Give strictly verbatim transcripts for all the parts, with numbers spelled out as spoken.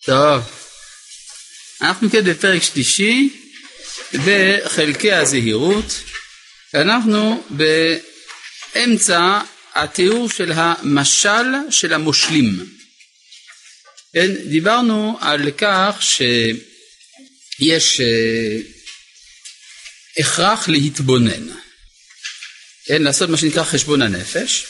טוב, אנחנו כן בפרק שלישי בחלקי הזהירות. אנחנו באמצע התיאור של המשל של המושלים. כן, דיברנו על כך שיש הכרח להתבונן, כן, לעשות מה שנקרא חשבון הנפש.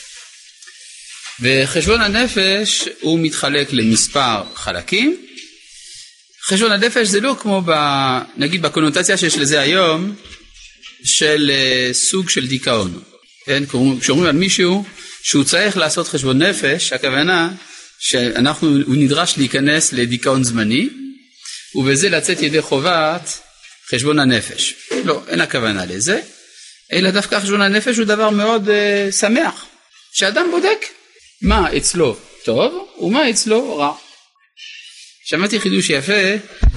וחשבון הנפש הוא מתחלק למספר חלקים. חשבון הנפש זה לא כמו ב, נגיד בקונוטציה שיש לזה היום של uh, סוג של דיכאון. כן? כשאומרים על מישהו שהוא צריך לעשות חשבון נפש, הכוונה שאנחנו, הוא נדרש להיכנס לדיכאון זמני, ובזה לצאת ידי חובת חשבון הנפש. לא, אין הכוונה לזה, אלא דווקא חשבון הנפש הוא דבר מאוד uh, שמח, שאדם בודק מה אצלו טוב ומה אצלו רע. שמעתי חידוש יפה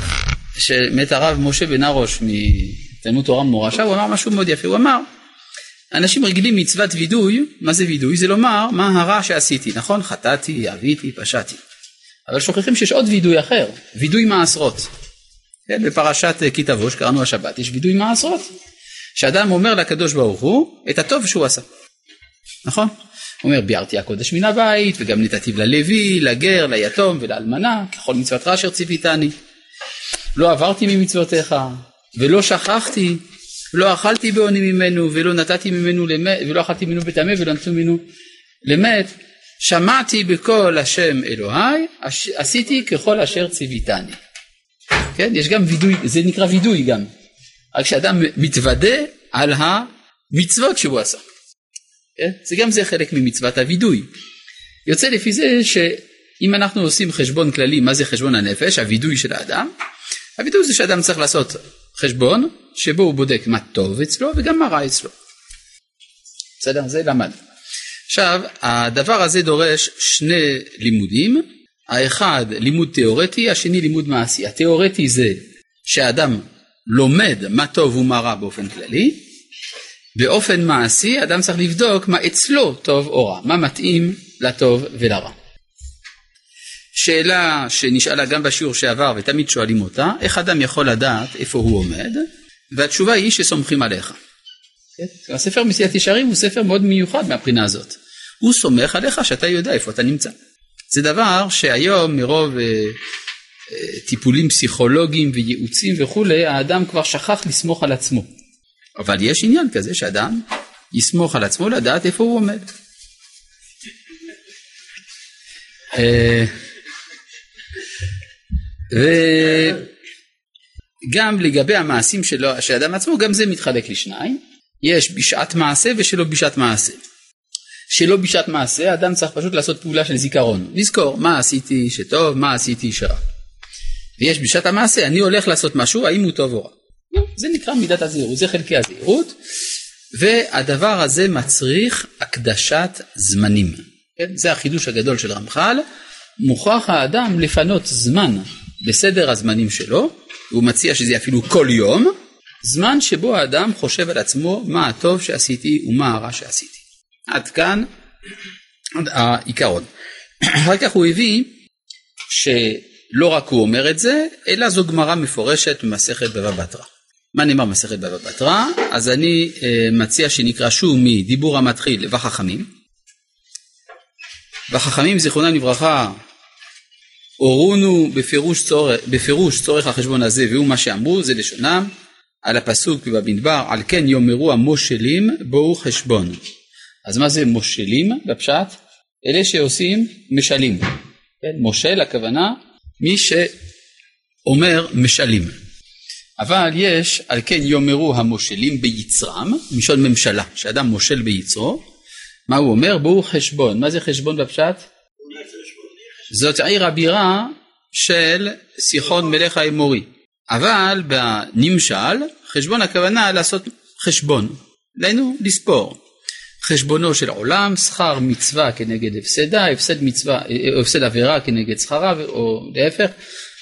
שמת הרב משה בן הראש מתלמוד תורה מורשה, הוא אמר משהו מאוד יפה. הוא אמר, אנשים רגילים מצוות וידוי. מה זה וידוי? זה לומר מה הרע שעשיתי, נכון? חטאתי, עוויתי, פשעתי. אבל שוכחים שיש עוד וידוי אחר, וידוי מעשרות. כן, בפרשת כי תבוא שקראנו השבת יש וידוי מעשרות, שאדם אומר לקדוש ברוך הוא את הטוב שהוא עשה, נכון? הוא אומר, ביארתי הקודש מן הבית, וגם נתתי ללוי, לגר, ליתום ולאלמנה, ככל מצוותך אשר ציוויתני. לא עברתי ממצוותיך, ולא שכחתי, לא אכלתי בעוני ממנו, ולא נתתי ממנו למת, ולא אכלתי ממנו בטמא, ולא נתתי ממנו למת. שמעתי בקול השם אלוהי, עשיתי ככל אשר ציוויתני. כן? יש גם וידוי, זה נקרא וידוי גם. רק שאדם מתוודה על המצוות שהוא עשה. זה גם זה חלק ממצוות הוידוי. יוצא לפי זה שאם אנחנו עושים חשבון כללי, מה זה חשבון הנפש, הוידוי של האדם, הוידוי זה שאדם צריך לעשות חשבון שבו הוא בודק מה טוב אצלו וגם מה רע אצלו. בסדר? זה למד. עכשיו, הדבר הזה דורש שני לימודים. האחד לימוד תיאורטי, השני לימוד מעשי. התיאורטי זה שהאדם לומד מה טוב ומה רע באופן כללי. באופן מעשי אדם צריך לבדוק מה אצלו טוב או רע, מה מתאים לטוב ולרע. שאלה שנשאלה גם בשיעור שעבר ותמיד שואלים אותה, איך אדם יכול לדעת איפה הוא עומד? והתשובה היא שסומכים עליך. כן? הספר מסיעת ישרים הוא ספר מאוד מיוחד מהבחינה הזאת. הוא סומך עליך שאתה יודע איפה אתה נמצא. זה דבר שהיום מרוב אה, אה, טיפולים פסיכולוגיים וייעוצים וכולי, האדם כבר שכח לסמוך על עצמו. אבל יש עניין כזה שאדם יסמוך על עצמו לדעת איפה הוא עומד. וגם לגבי המעשים של האדם עצמו, גם זה מתחלק לשניים. יש בשעת מעשה ושלא בשעת מעשה. שלא בשעת מעשה, האדם צריך פשוט לעשות פעולה של זיכרון. לזכור מה עשיתי שטוב, מה עשיתי שרע. ויש בשעת המעשה, אני הולך לעשות משהו, האם הוא טוב או רע. זה נקרא מידת הזהירות, זה חלקי הזהירות, והדבר הזה מצריך הקדשת זמנים. כן? זה החידוש הגדול של רמח"ל, מוכרח האדם לפנות זמן בסדר הזמנים שלו, והוא מציע שזה אפילו כל יום, זמן שבו האדם חושב על עצמו מה הטוב שעשיתי ומה הרע שעשיתי. עד כאן העיקרון. אחר כך הוא הביא שלא רק הוא אומר את זה, אלא זו גמרא מפורשת במסכת בבא בתרא. מה נאמר מסכת בבא בתרא? אז אני אה, מציע שנקרא שוב מדיבור המתחיל וחכמים. וחכמים זיכרונם לברכה הורונו בפירוש צורך, בפירוש צורך החשבון הזה, והוא מה שאמרו, זה לשונם, על הפסוק במדבר, על כן יאמרו המושלים בואו חשבון. אז מה זה מושלים בפשט? אלה שעושים משלים. כן? מושל הכוונה מי שאומר משלים. אבל יש על כן יאמרו המושלים ביצרם, משון ממשלה, שאדם מושל ביצרו. מה הוא אומר? בואו חשבון. מה זה חשבון בפשט? זאת עיר הבירה של סיחון מלך האמורי. אבל בנמשל, חשבון הכוונה לעשות חשבון, לנו לספור. חשבונו של עולם, שכר מצווה כנגד הפסדה, הפסד מצווה, הפסד עבירה כנגד שכרה, או להפך.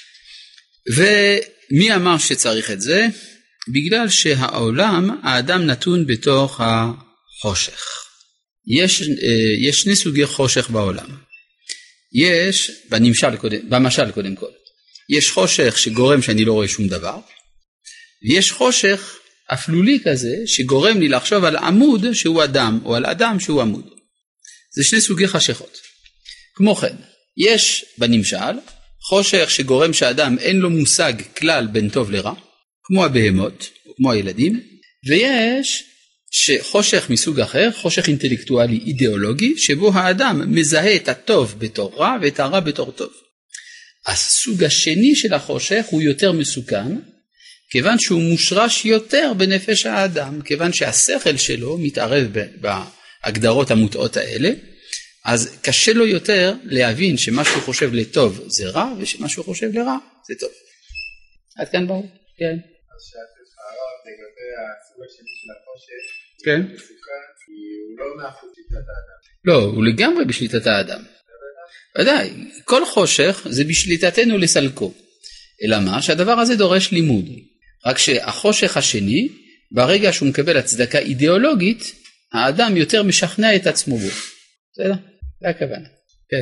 ומי אמר שצריך את זה? בגלל שהעולם, האדם נתון בתוך החושך. יש, יש שני סוגי חושך בעולם. יש, בנמשל קודם, במשל קודם כל, יש חושך שגורם שאני לא רואה שום דבר, ויש חושך אפלולי כזה שגורם לי לחשוב על עמוד שהוא אדם, או על אדם שהוא עמוד. זה שני סוגי חשכות. כמו כן, יש בנמשל חושך שגורם שאדם אין לו מושג כלל בין טוב לרע, כמו הבהמות, או כמו הילדים, ויש חושך מסוג אחר, חושך אינטלקטואלי אידיאולוגי, שבו האדם מזהה את הטוב בתור רע ואת הרע בתור טוב. הסוג השני של החושך הוא יותר מסוכן, כיוון שהוא מושרש יותר בנפש האדם, כיוון שהשכל שלו מתערב בהגדרות המוטעות האלה, אז קשה לו יותר להבין שמה שהוא חושב לטוב זה רע, ושמה שהוא חושב לרע זה טוב. עד כאן ברור? כן. אז שאלתי אותך הרב לגבי הסוג השני של החושך, כן. מסוכן, כי הוא לא מאחוז שליטת האדם. לא, הוא לגמרי בשליטת האדם. ודאי, כל חושך זה בשליטתנו לסלקו. אלא מה? שהדבר הזה דורש לימוד. רק שהחושך השני, ברגע שהוא מקבל הצדקה אידיאולוגית, האדם יותר משכנע את עצמו בו. בסדר? זה הכוונה. כן.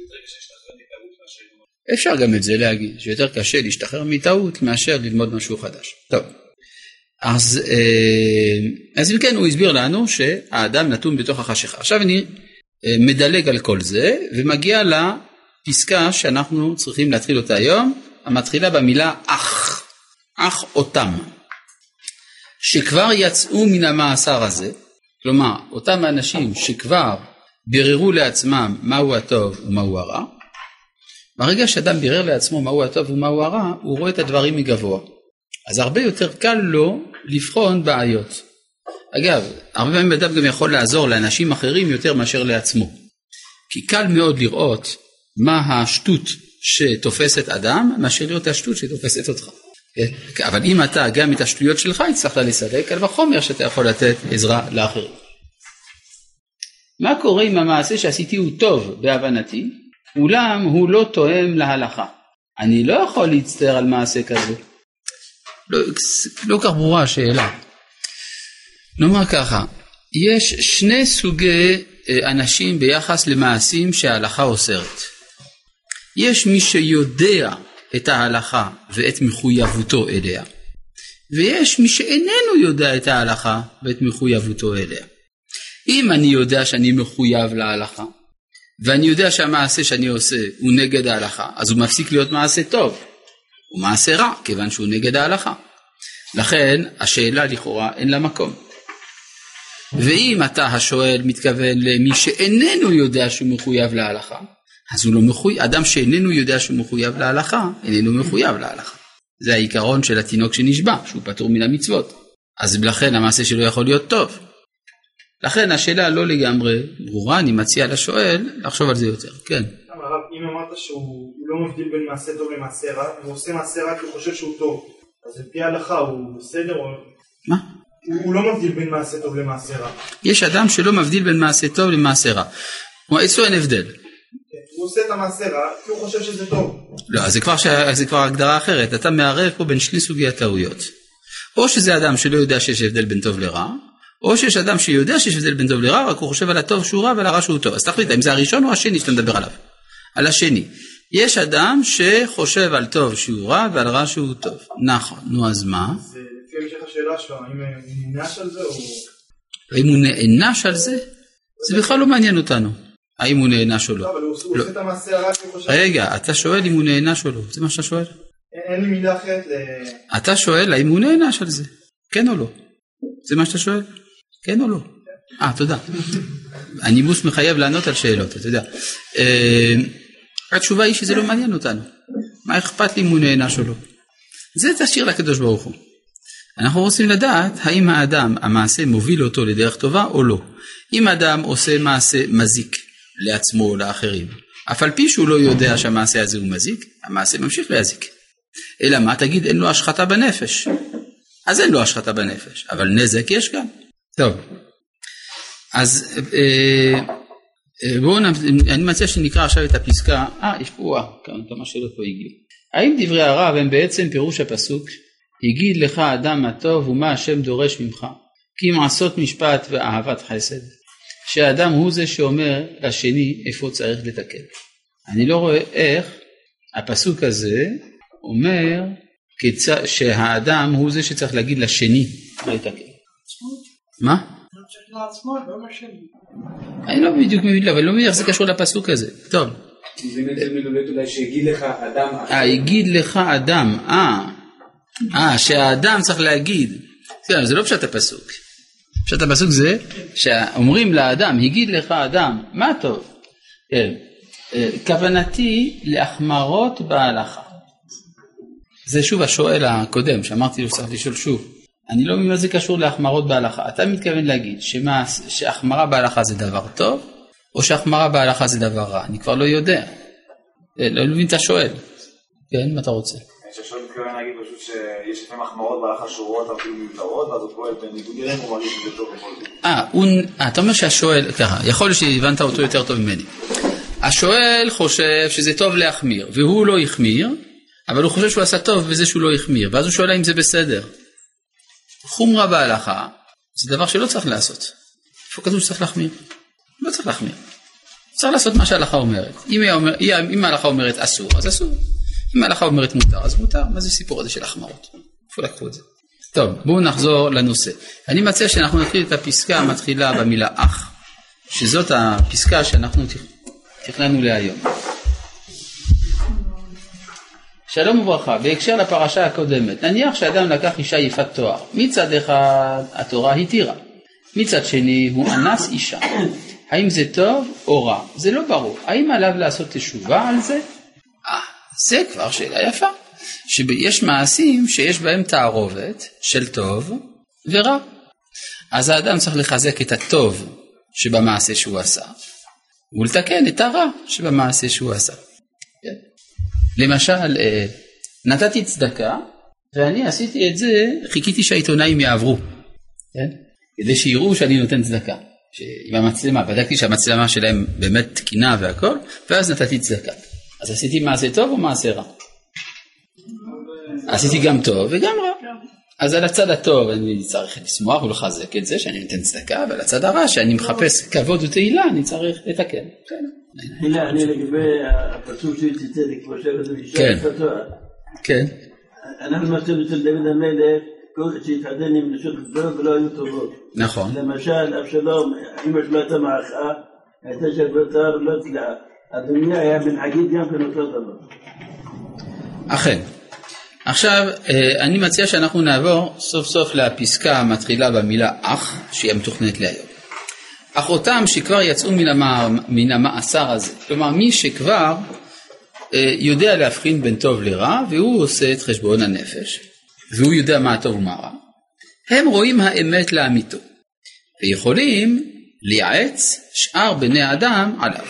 אפשר גם את זה להגיד, שיותר קשה להשתחרר מטעות מאשר ללמוד משהו חדש. טוב. אז, אז אם כן, הוא הסביר לנו שהאדם נתון בתוך החשיכה. עכשיו אני מדלג על כל זה, ומגיע לפסקה שאנחנו צריכים להתחיל אותה היום, המתחילה במילה אח, אח אותם, שכבר יצאו מן המאסר הזה, כלומר, אותם האנשים שכבר ביררו לעצמם מהו הטוב ומהו הרע, ברגע שאדם בירר לעצמו מהו הטוב ומהו הרע, הוא רואה את הדברים מגבוה. אז הרבה יותר קל לו לבחון בעיות. אגב, הרבה פעמים אדם גם יכול לעזור לאנשים אחרים יותר מאשר לעצמו. כי קל מאוד לראות מה השטות שתופסת אדם, מאשר לראות השטות שתופסת אותך. אבל אם אתה גם את השטויות שלך הצלחת לסלק, קל וחומר שאתה יכול לתת עזרה לאחרים. מה קורה אם המעשה שעשיתי הוא טוב בהבנתי, אולם הוא לא תואם להלכה? אני לא יכול להצטער על מעשה כזה. לא, לא כך ברורה השאלה. נאמר ככה, יש שני סוגי אנשים ביחס למעשים שההלכה אוסרת. יש מי שיודע את ההלכה ואת מחויבותו אליה, ויש מי שאיננו יודע את ההלכה ואת מחויבותו אליה. אם אני יודע שאני מחויב להלכה, ואני יודע שהמעשה שאני עושה הוא נגד ההלכה, אז הוא מפסיק להיות מעשה טוב, הוא מעשה רע, כיוון שהוא נגד ההלכה. לכן השאלה לכאורה אין לה מקום. ואם אתה השואל מתכוון למי שאיננו יודע שהוא מחויב להלכה, אז הוא לא מחויב, אדם שאיננו יודע שהוא מחויב להלכה, איננו מחויב להלכה. זה העיקרון של התינוק שנשבע, שהוא פטור מן המצוות. אז לכן המעשה שלו יכול להיות טוב. לכן השאלה לא לגמרי ברורה, אני מציע לשואל לחשוב על זה יותר. כן. הרב, אם אמרת שהוא לא מבדיל בין מעשה טוב למעשה רע, הוא עושה מעשה רע כי הוא חושב שהוא טוב, אז לפי ההלכה הוא בסדר או... מה? הוא לא מבדיל בין מעשה טוב למעשה רע. יש אדם שלא מבדיל בין מעשה טוב למעשה רע. כלומר, אצלו אין הבדל. הוא עושה את המעשה רע כי הוא חושב שזה טוב. לא, אז זה כבר, זה כבר הגדרה אחרת. אתה מערב פה בין שני סוגי הטעויות. או שזה אדם שלא יודע שיש הבדל בין טוב לרע, או שיש אדם שיודע שיש הבדל בין טוב לרע, רק הוא חושב על הטוב שהוא רע ועל הרע שהוא טוב. אז תחליט, אם זה הראשון או השני שאתה מדבר עליו. על השני. יש אדם שחושב על טוב שהוא רע ועל רע שהוא טוב. נכון, נו אז מה? זה לפי המשך השאלה שלו, האם הוא נענש על זה או... האם הוא נענש על זה? זה בכלל לא מעניין אותנו. האם הוא נענש או לא. לא, אבל הוא עושה את המעשה הרע כי הוא חושב... רגע, אתה שואל אם הוא נענש או לא. זה מה שאתה שואל? אין לי מילה אחרת ל... אתה שואל האם הוא נענש על זה. כן או לא? זה מה שאתה שואל? כן או לא? אה, תודה. הנימוס מחייב לענות על שאלות, אתה יודע. התשובה היא שזה לא מעניין אותנו. מה אכפת לי אם הוא נענש או לא? זה תשאיר לקדוש ברוך הוא. אנחנו רוצים לדעת האם האדם, המעשה מוביל אותו לדרך טובה או לא. אם האדם עושה מעשה מזיק לעצמו או לאחרים, אף על פי שהוא לא יודע שהמעשה הזה הוא מזיק, המעשה ממשיך להזיק. אלא מה? תגיד, אין לו השחתה בנפש. אז אין לו השחתה בנפש, אבל נזק יש כאן. טוב. אז אה, אה, בואו, אני מציע שנקרא עכשיו את הפסקה, אה, יש פה, אה, כמה שאלות פה הגיעו. האם דברי הרב הם בעצם פירוש הפסוק, יגיד לך אדם הטוב ומה השם דורש ממך, כי מעשות משפט ואהבת חסד, שהאדם הוא זה שאומר לשני איפה צריך לתקן. אני לא רואה איך הפסוק הזה אומר שהאדם הוא זה שצריך להגיד לשני לתקן. מה? אני לא בדיוק מבין לו, אבל לא מבין איך זה קשור לפסוק הזה. טוב. זה מלולד אולי שהגיד לך אדם. אה, הגיד לך אדם. אה, אה, שהאדם צריך להגיד. זה לא פשט הפסוק. פשט הפסוק זה שאומרים לאדם, הגיד לך אדם, מה טוב? כן. כוונתי להחמרות בהלכה. זה שוב השואל הקודם, שאמרתי לו צריך לשאול שוב. אני לא מבין מה זה קשור להחמרות בהלכה. אתה מתכוון להגיד שמה, שהחמרה בהלכה זה דבר טוב, או שהחמרה בהלכה זה דבר רע? אני כבר לא יודע. לא מבין את השואל. כן, מה אתה רוצה? שהשואל מתכוון להגיד פשוט שיש לפעמים החמרות בהלכה שורות אפילו מיותרות, ואז הוא פועל בניגוד אליהם, הוא מרגיש שזה טוב בכל זאת. אה, אתה אומר שהשואל, ככה, יכול להיות שהבנת אותו יותר טוב ממני. השואל חושב שזה טוב להחמיר, והוא לא יחמיר, אבל הוא חושב שהוא עשה טוב בזה שהוא לא יחמיר, ואז הוא שואל אם זה בסדר. חומרה בהלכה זה דבר שלא צריך לעשות. איפה כתוב שצריך להחמיר? לא צריך להחמיר. צריך לעשות מה שההלכה אומרת. אם, אומר, אם ההלכה אומרת אסור, אז אסור. אם ההלכה אומרת מותר, אז מותר. מה זה סיפור הזה של החמרות? איפה לקחו את זה? טוב, בואו נחזור לנושא. אני מציע שאנחנו נתחיל את הפסקה המתחילה במילה אח, שזאת הפסקה שאנחנו תכננו להיום. שלום וברכה, בהקשר לפרשה הקודמת, נניח שאדם לקח אישה יפת תואר, מצד אחד התורה התירה, מצד שני הוא אנס אישה, האם זה טוב או רע? זה לא ברור, האם עליו לעשות תשובה על זה? אה, זה כבר שאלה יפה, שיש מעשים שיש בהם תערובת של טוב ורע, אז האדם צריך לחזק את הטוב שבמעשה שהוא עשה, ולתקן את הרע שבמעשה שהוא עשה. למשל, נתתי צדקה, ואני עשיתי את זה, חיכיתי שהעיתונאים יעברו, כן? כדי שיראו שאני נותן צדקה, עם המצלמה, בדקתי שהמצלמה שלהם באמת תקינה והכל, ואז נתתי צדקה. אז עשיתי מעשה טוב או מעשה רע? עשיתי גם טוב וגם רע. אז על הצד הטוב אני צריך לשמוח ולחזק את זה שאני נותן צדקה, ועל הצד הרע שאני מחפש כבוד ותהילה, אני צריך לתקן. הנה, אני לגבי הפסוק שהציטט, כמו שאלה אישה יפת תואר. כן. אנחנו מצאנו אצל דוד המלך, כל שהתחתן עם נשות גדולות ולא היו טובות. נכון. למשל, אבשלום, אמא שלו הייתה מערכה, הייתה שפת תואר לא תלעה. אדוני היה בן חגית גם כן אותו דבר. אכן. עכשיו, אני מציע שאנחנו נעבור סוף סוף לפסקה המתחילה במילה אח, שהיא מתוכננת להיום. אך אותם שכבר יצאו מן, המע... מן המאסר הזה, כלומר מי שכבר אה, יודע להבחין בין טוב לרע, והוא עושה את חשבון הנפש, והוא יודע מה טוב ומה רע, הם רואים האמת לאמיתו, ויכולים לייעץ שאר בני האדם עליו.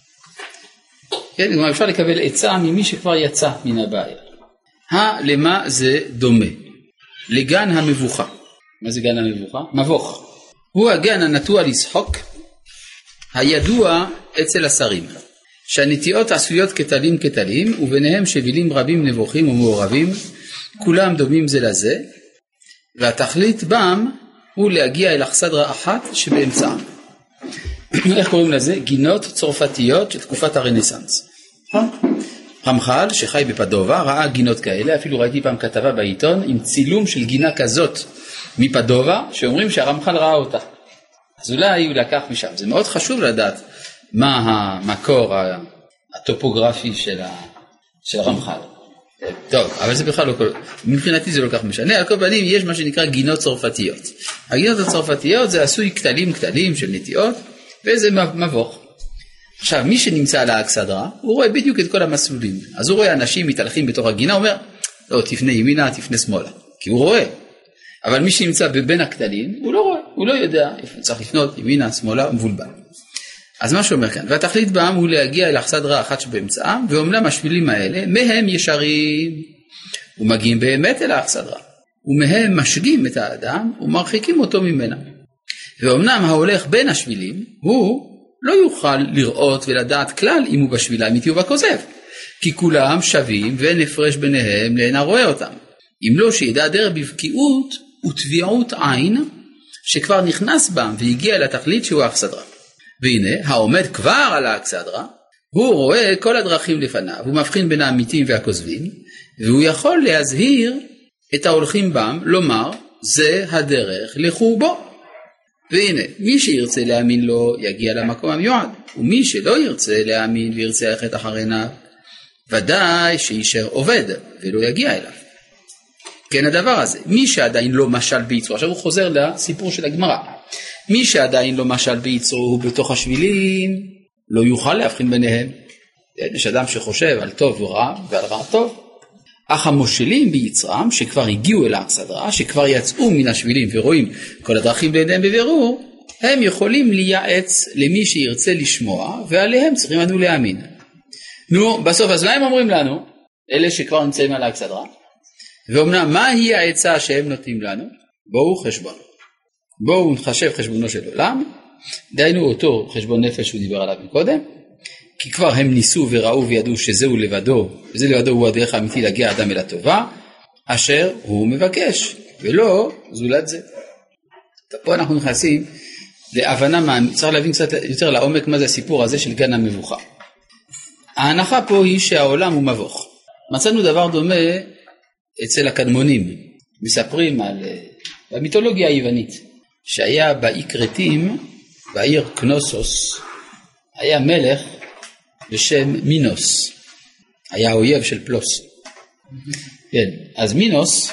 כן, כלומר אפשר לקבל עצה ממי שכבר יצא מן הבעיה. למה זה דומה? לגן המבוכה. מה זה גן המבוכה? מבוך. הוא הגן הנטוע לשחוק, הידוע אצל השרים, שהנטיעות עשויות כתלים כתלים, וביניהם שבילים רבים נבוכים ומעורבים, כולם דומים זה לזה, והתכלית בם הוא להגיע אל אכסדרה אחת שבאמצעם. איך קוראים לזה? גינות צרפתיות של תקופת הרנסנס. רמח"ל שחי בפדובה ראה גינות כאלה, אפילו ראיתי פעם כתבה בעיתון עם צילום של גינה כזאת מפדובה, שאומרים שהרמח"ל ראה אותה. אז אולי הוא לקח משם. זה מאוד חשוב לדעת מה המקור הטופוגרפי של, ה... של הרמח"ל. טוב, אבל זה בכלל לא כל... מבחינתי זה לא כך משנה. על כל פנים יש מה שנקרא גינות צרפתיות. הגינות הצרפתיות זה עשוי כתלים כתלים של נטיעות, וזה מבוך. עכשיו, מי שנמצא על האכסדרה, הוא רואה בדיוק את כל המסלולים. אז הוא רואה אנשים מתהלכים בתוך הגינה, הוא אומר, לא, תפנה ימינה, תפנה שמאלה. כי הוא רואה. אבל מי שנמצא בין הכתלים, הוא לא רואה, הוא לא יודע איפה צריך לפנות, ימינה, שמאלה, מבולבל. אז מה שאומר כאן, והתכלית בעם הוא להגיע אל אכסדרה אחת שבאמצעם, ואומנם השבילים האלה, מהם ישרים, ומגיעים באמת אל האכסדרה, ומהם משגים את האדם, ומרחיקים אותו ממנה. ואומנם ההולך בין השבילים, הוא לא יוכל לראות ולדעת כלל אם הוא בשבילה אמיתי ובכוזב, כי כולם שווים ואין הפרש ביניהם לאין הרואה אותם. אם לא שידע דרך בבקיאות ותביעות עין שכבר נכנס בם והגיע לתכלית שהוא האכסדרה. והנה העומד כבר על האכסדרה, הוא רואה כל הדרכים לפניו, הוא מבחין בין האמיתים והכוזבים, והוא יכול להזהיר את ההולכים בם, לומר, זה הדרך, לכו בו. והנה, מי שירצה להאמין לו יגיע למקום המיועד, ומי שלא ירצה להאמין וירצה ללכת אחרינה, ודאי שישאר עובד ולא יגיע אליו. כן הדבר הזה, מי שעדיין לא משל ביצרו, עכשיו הוא חוזר לסיפור של הגמרא, מי שעדיין לא משל ביצרו הוא בתוך השבילים, לא יוכל להבחין ביניהם. יש אדם שחושב על טוב ורע ועל רע טוב, אך המושלים ביצרם שכבר הגיעו אל האכסדרה, שכבר יצאו מן השבילים ורואים כל הדרכים לידיהם בבירור, הם יכולים לייעץ למי שירצה לשמוע, ועליהם צריכים לנו להאמין. נו, בסוף, אז מה הם אומרים לנו? אלה שכבר נמצאים על האכסדרה. ואומנם, מה היא העצה שהם נותנים לנו? בואו חשבון. בואו נחשב חשבונו של עולם, דיינו אותו חשבון נפש שהוא דיבר עליו מקודם, כי כבר הם ניסו וראו וידעו שזהו לבדו, וזה לבדו הוא הדרך האמיתי להגיע אדם אל הטובה, אשר הוא מבקש, ולא זולת זה. פה אנחנו נכנסים להבנה, צריך להבין קצת יותר לעומק מה זה הסיפור הזה של גן המבוכה. ההנחה פה היא שהעולם הוא מבוך. מצאנו דבר דומה אצל הקדמונים, מספרים על, במיתולוגיה היוונית, שהיה באי קרטים, בעיר קנוסוס, היה מלך בשם מינוס, היה אויב של פלוס. כן, אז מינוס,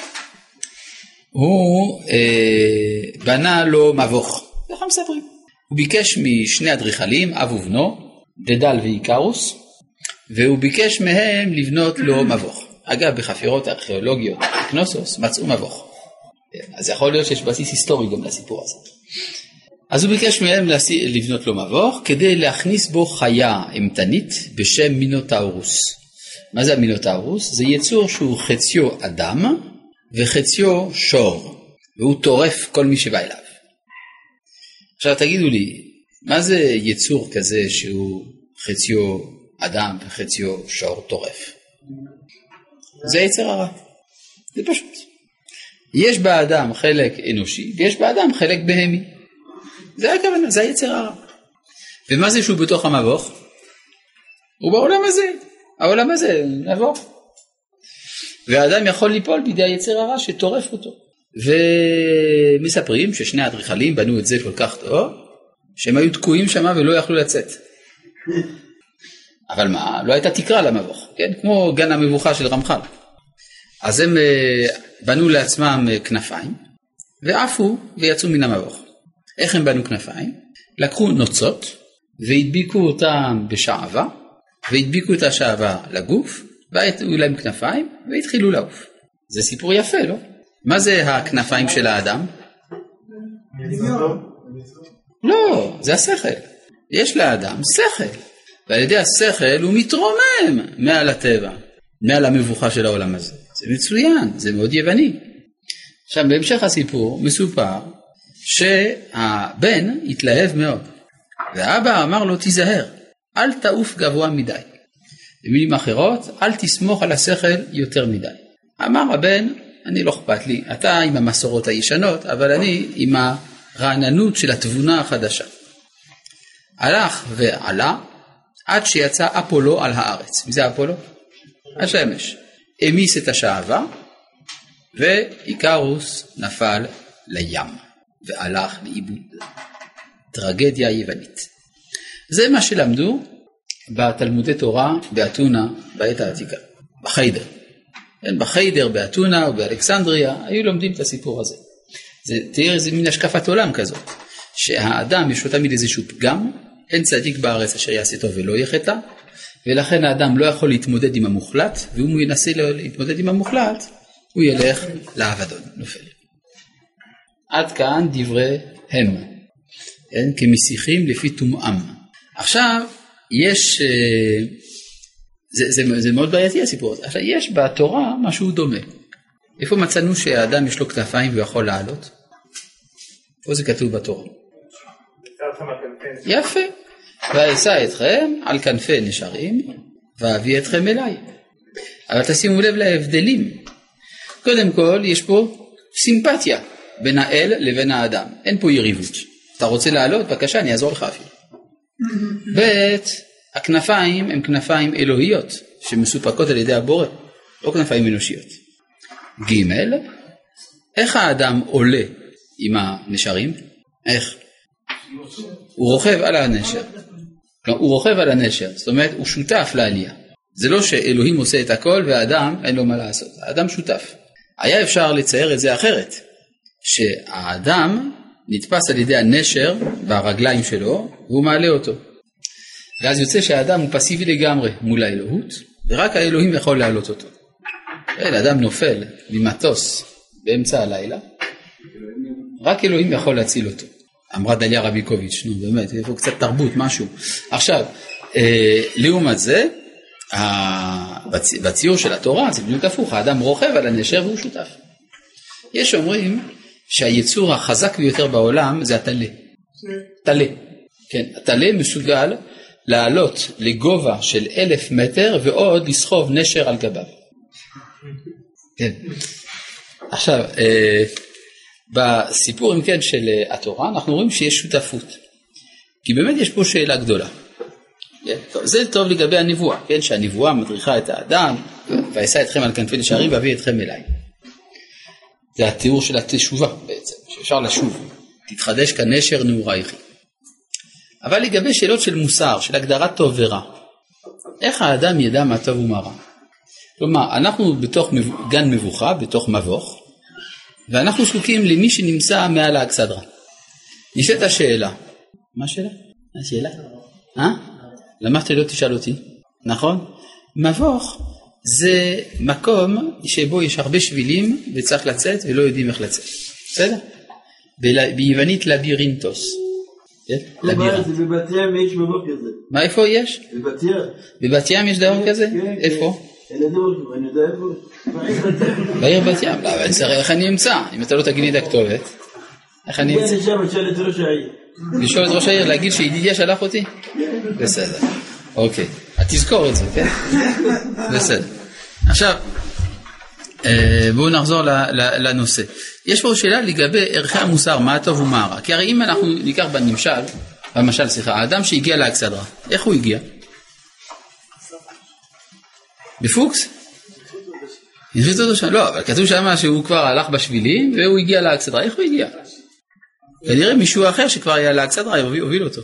הוא אה, בנה לו מבוך, איך הם מספרים? הוא ביקש משני אדריכלים, אב ובנו, דדל ואיקרוס, והוא ביקש מהם לבנות לו מבוך. אגב, בחפירות הארכיאולוגיות בקנוסוס מצאו מבוך. אז יכול להיות שיש בסיס היסטורי גם לסיפור הזה. אז הוא ביקש מהם לבנות לו מבוך, כדי להכניס בו חיה אימתנית בשם מינוטאורוס. מה זה המינוטאורוס? זה יצור שהוא חציו אדם וחציו שור, והוא טורף כל מי שבא אליו. עכשיו תגידו לי, מה זה יצור כזה שהוא חציו אדם וחציו שור טורף? זה יצר הרע. זה פשוט. יש באדם חלק אנושי, ויש באדם חלק בהמי. זה הכוונה, זה היצר הרע. ומה זה שהוא בתוך המבוך? הוא בעולם הזה. העולם הזה נבוך. והאדם יכול ליפול בידי היצר הרע שטורף אותו. ומספרים ששני האדריכלים בנו את זה כל כך טוב, שהם היו תקועים שם ולא יכלו לצאת. אבל מה? לא הייתה תקרה למבוך, כן? כמו גן המבוכה של רמח"ל. אז הם בנו לעצמם כנפיים, ועפו ויצאו מן המבוך. איך הם בנו כנפיים? לקחו נוצות, והדביקו אותם בשעבה, והדביקו את השעבה לגוף, והיו להם כנפיים, והתחילו לעוף. זה סיפור יפה, לא? מה זה הכנפיים של האדם? לא, זה השכל. יש לאדם שכל. ועל ידי השכל הוא מתרומם מעל הטבע, מעל המבוכה של העולם הזה. זה מצוין, זה מאוד יווני. עכשיו בהמשך הסיפור מסופר שהבן התלהב מאוד, והאבא אמר לו תיזהר, אל תעוף גבוה מדי. במילים אחרות, אל תסמוך על השכל יותר מדי. אמר הבן, אני לא אכפת לי, אתה עם המסורות הישנות, אבל אני עם הרעננות של התבונה החדשה. הלך ועלה, עד שיצא אפולו על הארץ. מי זה אפולו? השמש. המיס את השעבה, ואיקרוס נפל לים, והלך לאיבוד. טרגדיה יוונית. זה מה שלמדו בתלמודי תורה באתונה בעת העתיקה, בחיידר. בחיידר באתונה ובאלכסנדריה היו לומדים את הסיפור הזה. זה תראה איזה מין השקפת עולם כזאת, שהאדם יש לו תמיד איזשהו פגם, אין צדיק בארץ אשר יעשה טוב ולא יחטא, ולכן האדם לא יכול להתמודד עם המוחלט, ואם הוא ינסה להתמודד עם המוחלט, הוא ילך לאבדון, נופל. עד כאן דברי הם, כן? כמשיחים לפי תומאם. עכשיו, יש, זה, זה, זה מאוד בעייתי הסיפור הזה, עכשיו יש בתורה משהו דומה. איפה מצאנו שהאדם יש לו כתפיים והוא יכול לעלות? פה זה כתוב בתורה. יפה. ואשא אתכם על כנפי נשרים ואביא אתכם אליי. אבל תשימו לב להבדלים. קודם כל יש פה סימפתיה בין האל לבין האדם. אין פה יריבות. אתה רוצה לעלות? בבקשה, אני אעזור לך אפילו. ב' הכנפיים הם כנפיים אלוהיות שמסופקות על ידי הבורא. או כנפיים אנושיות. ג' איך האדם עולה עם הנשרים? איך? הוא רוכב על הנשר. הוא רוכב על הנשר, זאת אומרת הוא שותף לעלייה. זה לא שאלוהים עושה את הכל והאדם אין לו מה לעשות. האדם שותף. היה אפשר לצייר את זה אחרת. שהאדם נתפס על ידי הנשר ברגליים שלו והוא מעלה אותו. ואז יוצא שהאדם הוא פסיבי לגמרי מול האלוהות, ורק האלוהים יכול להעלות אותו. האדם נופל ממטוס באמצע הלילה, רק אלוהים יכול להציל אותו. אמרה דליה רביקוביץ', נו באמת, יש פה קצת תרבות, משהו. עכשיו, אה, לעומת זה, בציור של התורה, זה בדיוק הפוך, האדם רוכב על הנשר והוא שותף. יש אומרים שהיצור החזק ביותר בעולם זה התלה. תלה. כן, התלה מסוגל לעלות לגובה של אלף מטר ועוד לסחוב נשר על גביו. כן. עכשיו, אה, בסיפור אם כן של התורה אנחנו רואים שיש שותפות. כי באמת יש פה שאלה גדולה. כן? טוב, זה טוב לגבי הנבואה, כן? שהנבואה מדריכה את האדם, וישא אתכם על כנפי נשרים ואביא אתכם אליי. זה התיאור של התשובה בעצם, שאפשר לשוב. תתחדש כנשר נעורייכי. אבל לגבי שאלות של מוסר, של הגדרת טוב ורע, איך האדם ידע מה טוב ומה רע? כלומר, אנחנו בתוך גן מבוכה, בתוך מבוך, ואנחנו זקוקים למי שנמצא מעל האכסדרה. נשאלת השאלה. מה השאלה? השאלה? אה? למה אתה לא תשאל אותי? נכון? מבוך זה מקום שבו יש הרבה שבילים וצריך לצאת ולא יודעים איך לצאת. בסדר? ביוונית לבירינטוס. לבירינט. בבת ים יש מבוך כזה. מה איפה יש? בבת ים. בבת ים יש דבר כזה? איפה? אני יודע איפה. בעיר בת ים. לא, אבל צריך איך אני אמצא? אם אתה לא תגיד לי את הכתובת. איך אני אמצא? אני שם לשאול את ראש העיר. לשאול את ראש העיר, להגיד שידידיה שלח אותי? בסדר. אוקיי. תזכור את זה, כן? בסדר. עכשיו, בואו נחזור לנושא. יש פה שאלה לגבי ערכי המוסר, מה הטוב ומה הרע. כי הרי אם אנחנו ניקח בנמשל, במשל, סליחה, האדם שהגיע לאכסדרה, איך הוא הגיע? בפוקס? נפריץ אותו שם. לא, אבל כתוב שם שהוא כבר הלך בשבילים והוא הגיע לאכסדרה. איך הוא הגיע? כנראה מישהו אחר שכבר היה לאכסדרה הוביל אותו.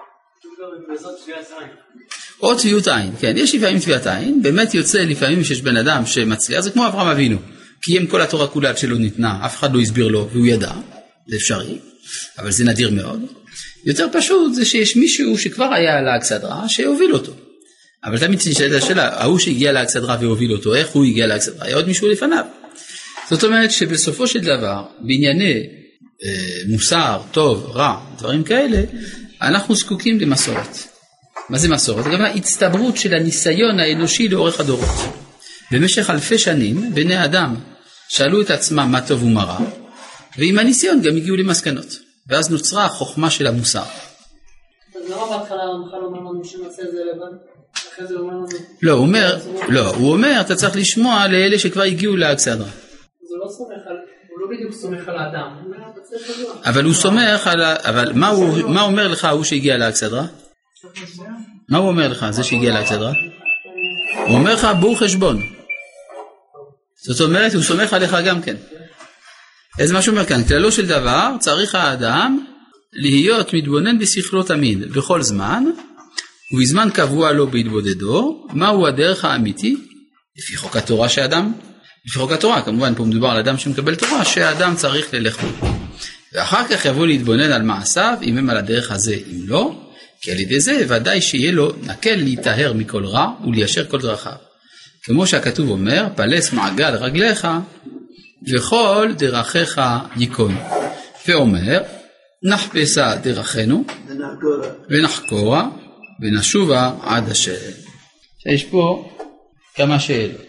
או טביעות עין, כן, יש לפעמים טביעת עין, באמת יוצא לפעמים שיש בן אדם שמצליח, זה כמו אברהם אבינו, קיים כל התורה כולה עד שלא ניתנה, אף אחד לא הסביר לו והוא ידע, זה אפשרי, אבל זה נדיר מאוד. יותר פשוט זה שיש מישהו שכבר היה לאכסדרה שהוביל אותו. אבל תמיד נשאלת השאלה, ההוא שהגיע לאכסדרה והוביל אותו, איך הוא הגיע לאכסדרה? היה עוד מישהו לפניו. זאת אומרת שבסופו של דבר, בענייני אה, מוסר, טוב, רע, דברים כאלה, אנחנו זקוקים למסורת. מה זה מסורת? זה גם ההצטברות של הניסיון האנושי לאורך הדורות. במשך אלפי שנים, בני האדם שאלו את עצמם מה טוב ומה רע, ועם הניסיון גם הגיעו למסקנות. ואז נוצרה החוכמה של המוסר. אז למה בהתחלה המחל אומר לנו שנעשה את זה לבד? אחרי זה הוא אומר לנו... לא, הוא אומר, לא, הוא אומר, אתה צריך לשמוע לאלה שכבר הגיעו לאכסדרה. זה לא סומך על... הוא לא בדיוק סומך על האדם. אבל הוא סומך על... אבל מה הוא, מה אומר לך הוא שהגיע לאכסדרה? מה הוא אומר לך, זה שהגיע לאכסדרה? הוא אומר לך, בור חשבון. זאת אומרת, הוא סומך עליך גם כן. אז מה שאומר כאן, כללו של דבר, צריך האדם להיות מתבונן בשכלו תמיד, בכל זמן, ובזמן קבוע לו בהתבודדו, מהו הדרך האמיתי, לפי חוק התורה שאדם, לפי חוק התורה, כמובן פה מדובר על אדם שמקבל תורה, שהאדם צריך ללך בו. ואחר כך יבוא להתבונן על מעשיו, אם הם על הדרך הזה, אם לא, כי על ידי זה ודאי שיהיה לו נקל להיטהר מכל רע וליישר כל דרכיו. כמו שהכתוב אומר, פלס מעגל רגליך וכל דרכיך ייכון. ואומר, נחפשה דרכנו ונחקורה ונשובה עד השם. יש פה כמה שאלות.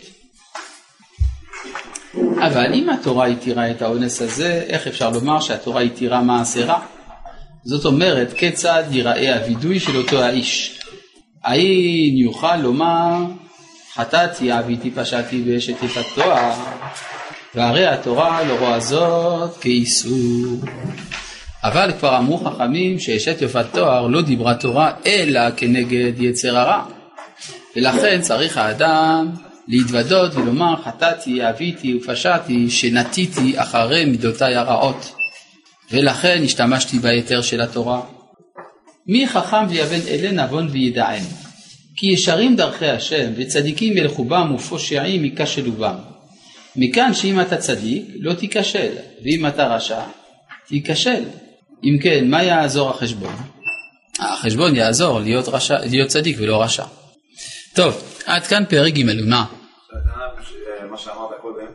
אבל אם התורה התירה את האונס הזה, איך אפשר לומר שהתורה התירה מעשה רע? זאת אומרת, כיצד ייראה הווידוי של אותו האיש? האם יוכל לומר, חטאתי, עוויתי, פשעתי ואשת יפת תואר, והרי התורה לא רואה זאת כאיסור. אבל כבר אמרו חכמים שאשת יפת תואר לא דיברה תורה אלא כנגד יצר הרע. ולכן צריך האדם להתוודות ולומר חטאתי, אביתי ופשעתי, שנטיתי אחרי מידותיי הרעות, ולכן השתמשתי ביתר של התורה. מי חכם ויבן אלה נבון וידעם, כי ישרים דרכי השם וצדיקים ילכו בם ופושעים ייכשלו בם. מכאן שאם אתה צדיק לא תיכשל, ואם אתה רשע תיכשל. אם כן, מה יעזור החשבון? החשבון יעזור להיות, רשע, להיות צדיק ולא רשע. טוב, עד כאן פרק ג' מה? מה שאמרת קודם,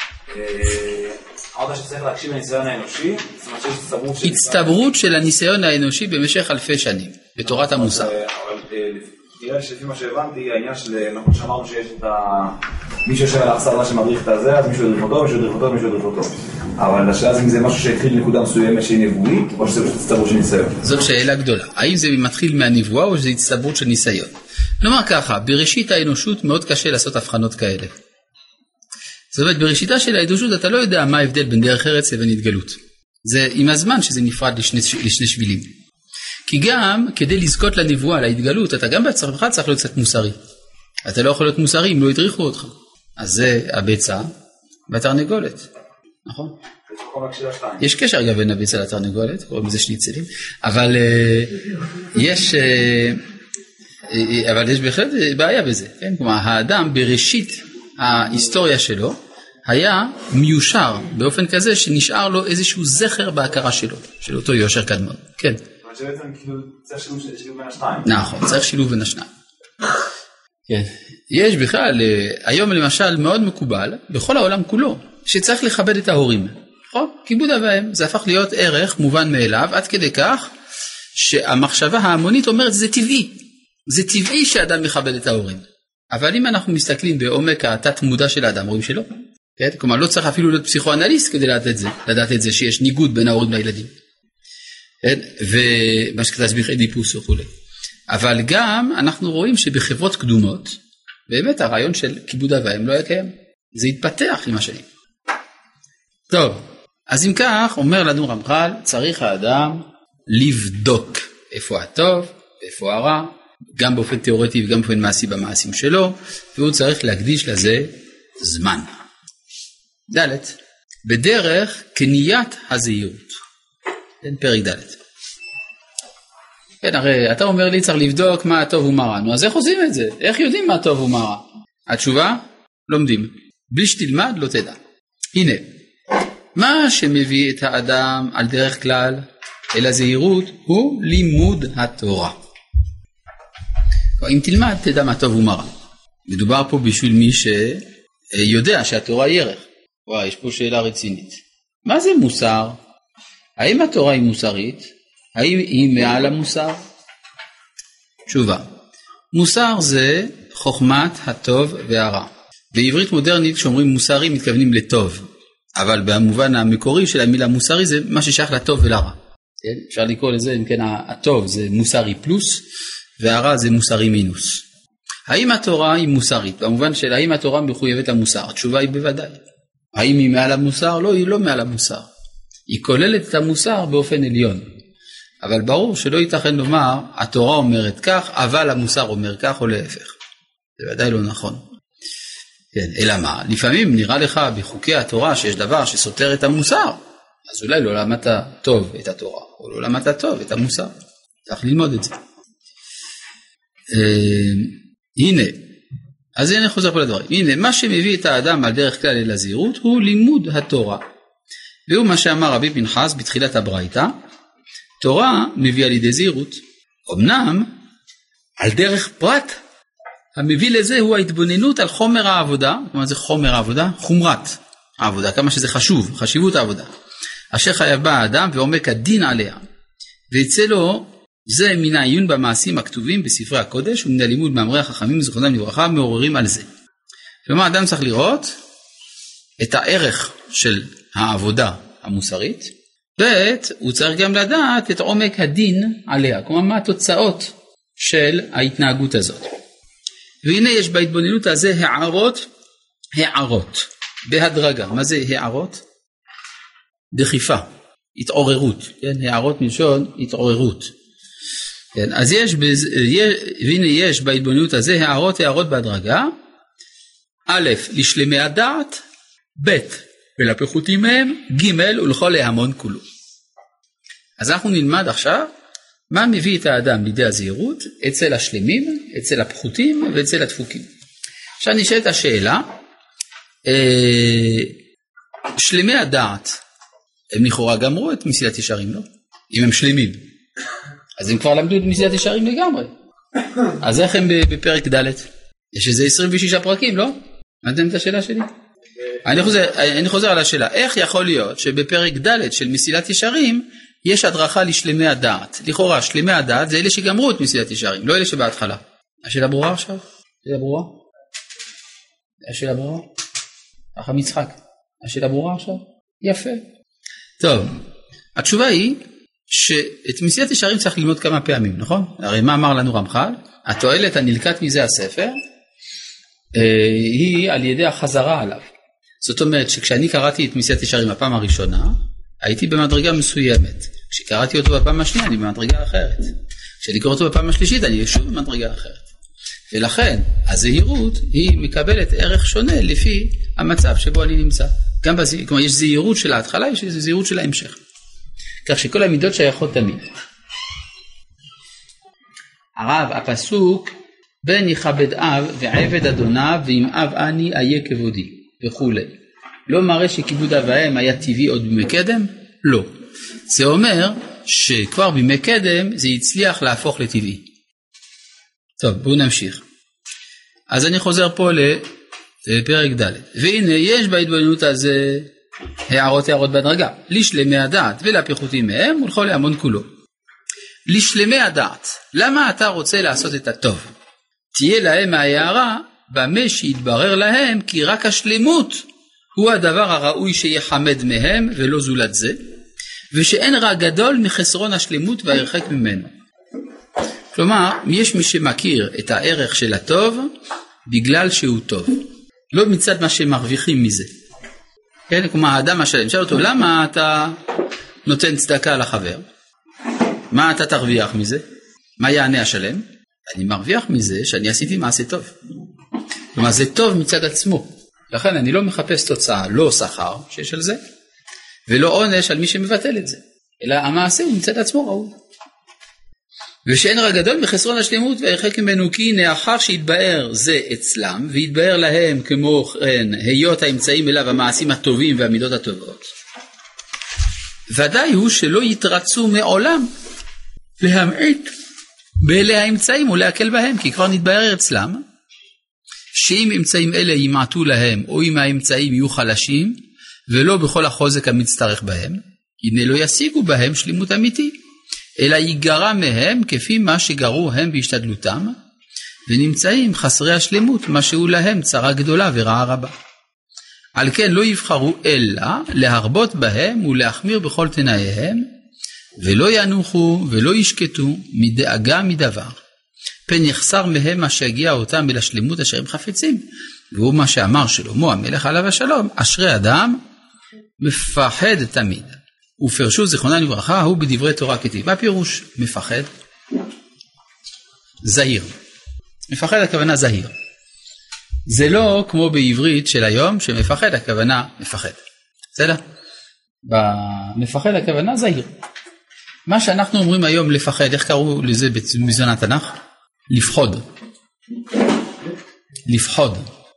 אמרת שצריך להקשיב לניסיון האנושי, זאת אומרת שיש הצטברות של... הצטברות של הניסיון האנושי במשך אלפי שנים, בתורת המוסר. אבל נראה שלפי מה שהבנתי, העניין של, נכון שאמרנו שיש את ה... מישהו יושב על האכסרלה שמדריך את הזה, אז מישהו ידריך אותו, מישהו ידריך אותו, מישהו ידריך אותו. אבל השאלה זה אם זה משהו שהתחיל נקודה מסוימת שהיא נבואית, או שזה פשוט הצטברות של ניסיון. זאת שאלה גדולה. האם זה מתחיל מהנבואה או שזה הצטברות של ניסיון? נאמר ככה, בראשית האנושות מאוד קשה לעשות הבחנות כאלה. זאת אומרת, בראשיתה של האנושות אתה לא יודע מה ההבדל בין דרך ארץ לבין התגלות. זה עם הזמן שזה נפרד לשני, לשני שבילים. כי גם כדי לזכות לנבואה, להתגלות, אתה גם בעצמך צריך להיות קצת מוסרי. אתה לא יכול להיות מוסרי אם לא ידריכו אותך. אז זה הביצה והתרנגולת. נכון? יש קשר אגב בין הביצה לתרנגולת, קוראים לזה שניצלים, אבל יש... אבל יש בהחלט בעיה בזה, כן? כלומר, האדם בראשית ההיסטוריה שלו היה מיושר באופן כזה שנשאר לו איזשהו זכר בהכרה שלו, של אותו יושר קדמון. כן. אבל שבעצם כאילו צריך שילוב בין השניים. נכון, צריך שילוב בין השניים. כן. יש בכלל, היום למשל מאוד מקובל, בכל העולם כולו, שצריך לכבד את ההורים. נכון? כיבוד אב ואם, זה הפך להיות ערך מובן מאליו, עד כדי כך שהמחשבה ההמונית אומרת זה טבעי. זה טבעי שאדם מכבד את ההורים. אבל אם אנחנו מסתכלים בעומק התת מודע של האדם, רואים שלא. כן? כלומר, לא צריך אפילו להיות פסיכואנליסט כדי לדעת את זה, לדעת את זה שיש ניגוד בין ההורים לילדים. כן? ומה שכתב אדיפוס וכו'. אבל גם אנחנו רואים שבחברות קדומות, באמת הרעיון של כיבוד אב ואם לא היה קיים. זה התפתח עם השנים. טוב, אז אם כך, אומר לנו רמח"ל, צריך האדם לבדוק איפה הטוב, איפה הרע, גם באופן תיאורטי וגם באופן מעשי במעשים שלו, והוא צריך להקדיש לזה זמן. ד' בדרך קניית הזהירות. כן, פרק ד'. כן, הרי אתה אומר לי צריך לבדוק מה הטוב ומה רע. נו, אז איך עושים את זה? איך יודעים מה טוב ומה רע? התשובה? לומדים. בלי שתלמד לא תדע. הנה, מה שמביא את האדם על דרך כלל אל הזהירות הוא לימוד התורה. אם תלמד תדע מה טוב ומה רע. מדובר פה בשביל מי שיודע שהתורה היא ערך. וואי, יש פה שאלה רצינית. מה זה מוסר? האם התורה היא מוסרית? האם היא מעל המוסר? תשובה. מוסר זה חוכמת הטוב והרע. בעברית מודרנית כשאומרים מוסרי מתכוונים לטוב. אבל במובן המקורי של המילה מוסרי זה מה ששייך לטוב ולרע. כן? אפשר לקרוא לזה, אם כן, הטוב זה מוסרי פלוס, והרע זה מוסרי מינוס. האם התורה היא מוסרית? במובן של האם התורה מחויבת למוסר? התשובה היא בוודאי. האם היא מעל המוסר? לא, היא לא מעל המוסר. היא כוללת את המוסר באופן עליון. אבל ברור שלא ייתכן לומר, התורה אומרת כך, אבל המוסר אומר כך או להפך. זה ודאי לא נכון. כן, אלא מה? לפעמים נראה לך בחוקי התורה שיש דבר שסותר את המוסר, אז אולי לא למדת טוב את התורה, או לא למדת טוב את המוסר. צריך ללמוד את זה. הנה, אז הנה חוזר פה לדברים. הנה, מה שמביא את האדם על דרך כלל אל הזהירות הוא לימוד התורה. והוא מה שאמר רבי פנחס בתחילת הברייתא, תורה מביאה לידי זהירות. אמנם, על דרך פרט, המביא לזה הוא ההתבוננות על חומר העבודה. כלומר זה חומר העבודה, חומרת העבודה, כמה שזה חשוב, חשיבות העבודה. אשר חייב בה האדם ועומק הדין עליה. ויצא לו, זה מן העיון במעשים הכתובים בספרי הקודש, ומן הלימוד מאמרי החכמים זכרונם לברכה, מעוררים על זה. כלומר, האדם צריך לראות את הערך של העבודה המוסרית, ב' הוא צריך גם לדעת את עומק הדין עליה, כלומר מה התוצאות של ההתנהגות הזאת. והנה יש בהתבוננות הזה הערות, הערות, בהדרגה. מה זה הערות? דחיפה, התעוררות, כן? הערות מלשון התעוררות. כן? אז יש, והנה יש בהתבוננות הזה הערות, הערות בהדרגה, א', לשלמי הדעת, ב', ולפחותים מהם, ג', ולכל ההמון כולו. אז אנחנו נלמד עכשיו מה מביא את האדם לידי הזהירות אצל השלמים, אצל הפחותים ואצל הדפוקים. עכשיו נשאלת השאלה, שלמי הדעת, הם לכאורה גמרו את מסילת ישרים, לא? אם הם שלמים. אז הם כבר למדו את מסילת ישרים לגמרי. אז איך הם בפרק ד'? יש איזה עשרים ושישה פרקים, לא? הבנתם את השאלה שלי? אני חוזר, אני חוזר על השאלה, איך יכול להיות שבפרק ד' של מסילת ישרים יש הדרכה לשלמי הדעת? לכאורה, שלמי הדעת זה אלה שגמרו את מסילת ישרים, לא אלה שבהתחלה. השאלה ברורה עכשיו? השאלה ברורה? השאלה ברורה? אחר מצחק. השאלה ברורה עכשיו? יפה. טוב, התשובה היא שאת מסילת ישרים צריך ללמוד כמה פעמים, נכון? הרי מה אמר לנו רמח"ל? התועלת הנלקט מזה הספר היא על ידי החזרה עליו. זאת אומרת שכשאני קראתי את מסילת ישרים הפעם הראשונה, הייתי במדרגה מסוימת. כשקראתי אותו בפעם השנייה, אני במדרגה אחרת. כשאני קורא אותו בפעם השלישית, אני שוב במדרגה אחרת. ולכן, הזהירות היא מקבלת ערך שונה לפי המצב שבו אני נמצא. גם בזה, כלומר, יש זהירות של ההתחלה, יש זהירות של ההמשך. כך שכל המידות שייכות תמיד. הרב, הפסוק, בן יכבד אב ועבד אדוניו, ואם אב אני אהיה כבודי, וכו'. לא מראה שכיבוד אב ואם היה טבעי עוד בימי קדם? לא. זה אומר שכבר בימי קדם זה הצליח להפוך לטבעי. טוב, בואו נמשיך. אז אני חוזר פה לפרק ד'. והנה יש בהתבוננות הזה הערות הערות בהדרגה. לשלמי הדעת ולפחותים מהם ולכל ההמון כולו. לשלמי הדעת, למה אתה רוצה לעשות את הטוב? תהיה להם ההערה במה שיתברר להם כי רק השלמות הוא הדבר הראוי שיחמד מהם ולא זולת זה, ושאין רע גדול מחסרון השלמות והרחק ממנו. כלומר, יש מי שמכיר את הערך של הטוב בגלל שהוא טוב, לא מצד מה שמרוויחים מזה. כן, כלומר, האדם השלם, שאל אותו, למה אתה נותן צדקה לחבר? מה אתה תרוויח מזה? מה יענה השלם? אני מרוויח מזה שאני עשיתי מעשה טוב. כלומר, זה טוב מצד עצמו. לכן אני לא מחפש תוצאה, לא שכר שיש על זה, ולא עונש על מי שמבטל את זה. אלא המעשה הוא מצד עצמו ראוי. ושאין רע גדול מחסרון השלמות והרחק ממנו כי נאחר שיתבאר זה אצלם, ויתבאר להם כמו כן היות האמצעים אליו המעשים הטובים והמידות הטובות. ודאי הוא שלא יתרצו מעולם להמעיט באלה האמצעים ולהקל בהם, כי כבר נתבאר אצלם שאם אמצעים אלה ימעטו להם או אם האמצעים יהיו חלשים ולא בכל החוזק המצטרך בהם, הנה לא ישיגו בהם שלמות אמיתי, אלא ייגרע מהם כפי מה שגרו הם בהשתדלותם, ונמצאים חסרי השלמות מה שהוא להם צרה גדולה ורעה רבה. על כן לא יבחרו אלא להרבות בהם ולהחמיר בכל תנאיהם, ולא ינוחו ולא ישקטו מדאגה מדבר. פן יחסר מהם מה שהגיע אותם אל השלמות אשר הם חפצים, והוא מה שאמר שלמה המלך עליו השלום, אשרי אדם מפחד תמיד. ופרשו זיכרונם לברכה הוא בדברי תורה כתיב. מה פירוש מפחד? זהיר. מפחד הכוונה זהיר. זה לא כמו בעברית של היום שמפחד הכוונה מפחד. בסדר? במפחד הכוונה זהיר. מה שאנחנו אומרים היום לפחד, איך קראו לזה במזון התנ"ך? לפחוד. לפחוד.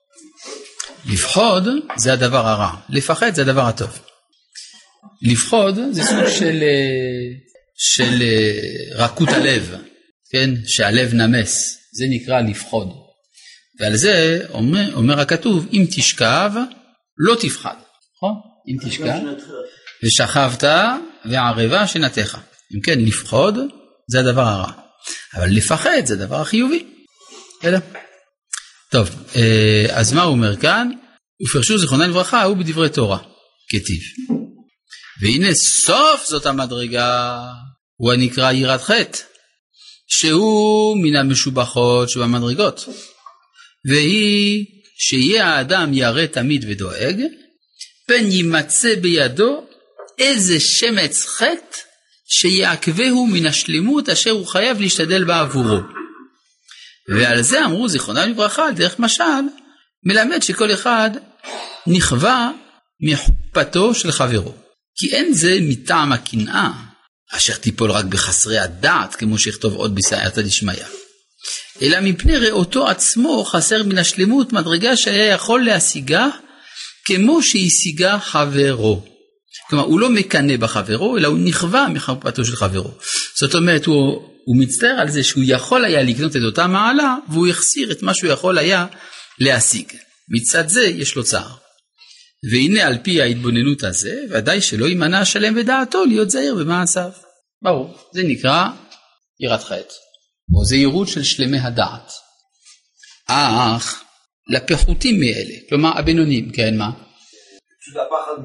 לפחוד זה הדבר הרע. לפחד זה הדבר הטוב. לפחוד זה סוג של, של רכות הלב, כן? שהלב נמס. זה נקרא לפחוד. ועל זה אומר, אומר הכתוב, אם תשכב, לא תפחד. נכון? אם תשכב, ושכבת וערבה שנתך. אם כן, לפחוד זה הדבר הרע. אבל לפחד זה הדבר החיובי. אלא. טוב, אז מה הוא אומר כאן? ופרשו זיכרונם לברכה הוא בדברי תורה, כתיב. והנה סוף זאת המדרגה, הוא הנקרא יראת חטא, שהוא מן המשובחות שבמדרגות. והיא שיהיה האדם ירא תמיד ודואג, פן יימצא בידו איזה שמץ חטא, שיעקבהו מן השלמות אשר הוא חייב להשתדל בעבורו. ועל זה אמרו זיכרונם לברכה על דרך משל, מלמד שכל אחד נכווה מחופתו של חברו. כי אין זה מטעם הקנאה, אשר תיפול רק בחסרי הדעת, כמו שיכתוב עוד בסייעתא דשמיא. אלא מפני ראותו עצמו חסר מן השלמות מדרגה שהיה יכול להשיגה, כמו שהשיגה חברו. כלומר, הוא לא מקנא בחברו, אלא הוא נכווה מחופתו של חברו. זאת אומרת, הוא, הוא מצטער על זה שהוא יכול היה לקנות את אותה מעלה, והוא יחסיר את מה שהוא יכול היה להשיג. מצד זה יש לו צער. והנה על פי ההתבוננות הזה, ודאי שלא יימנע השלם בדעתו להיות זהיר במעשיו. ברור, זה נקרא יראת חטא, או זהירות של שלמי הדעת. אך לפחותים מאלה, כלומר הבינונים, כן מה? פשוט הפחד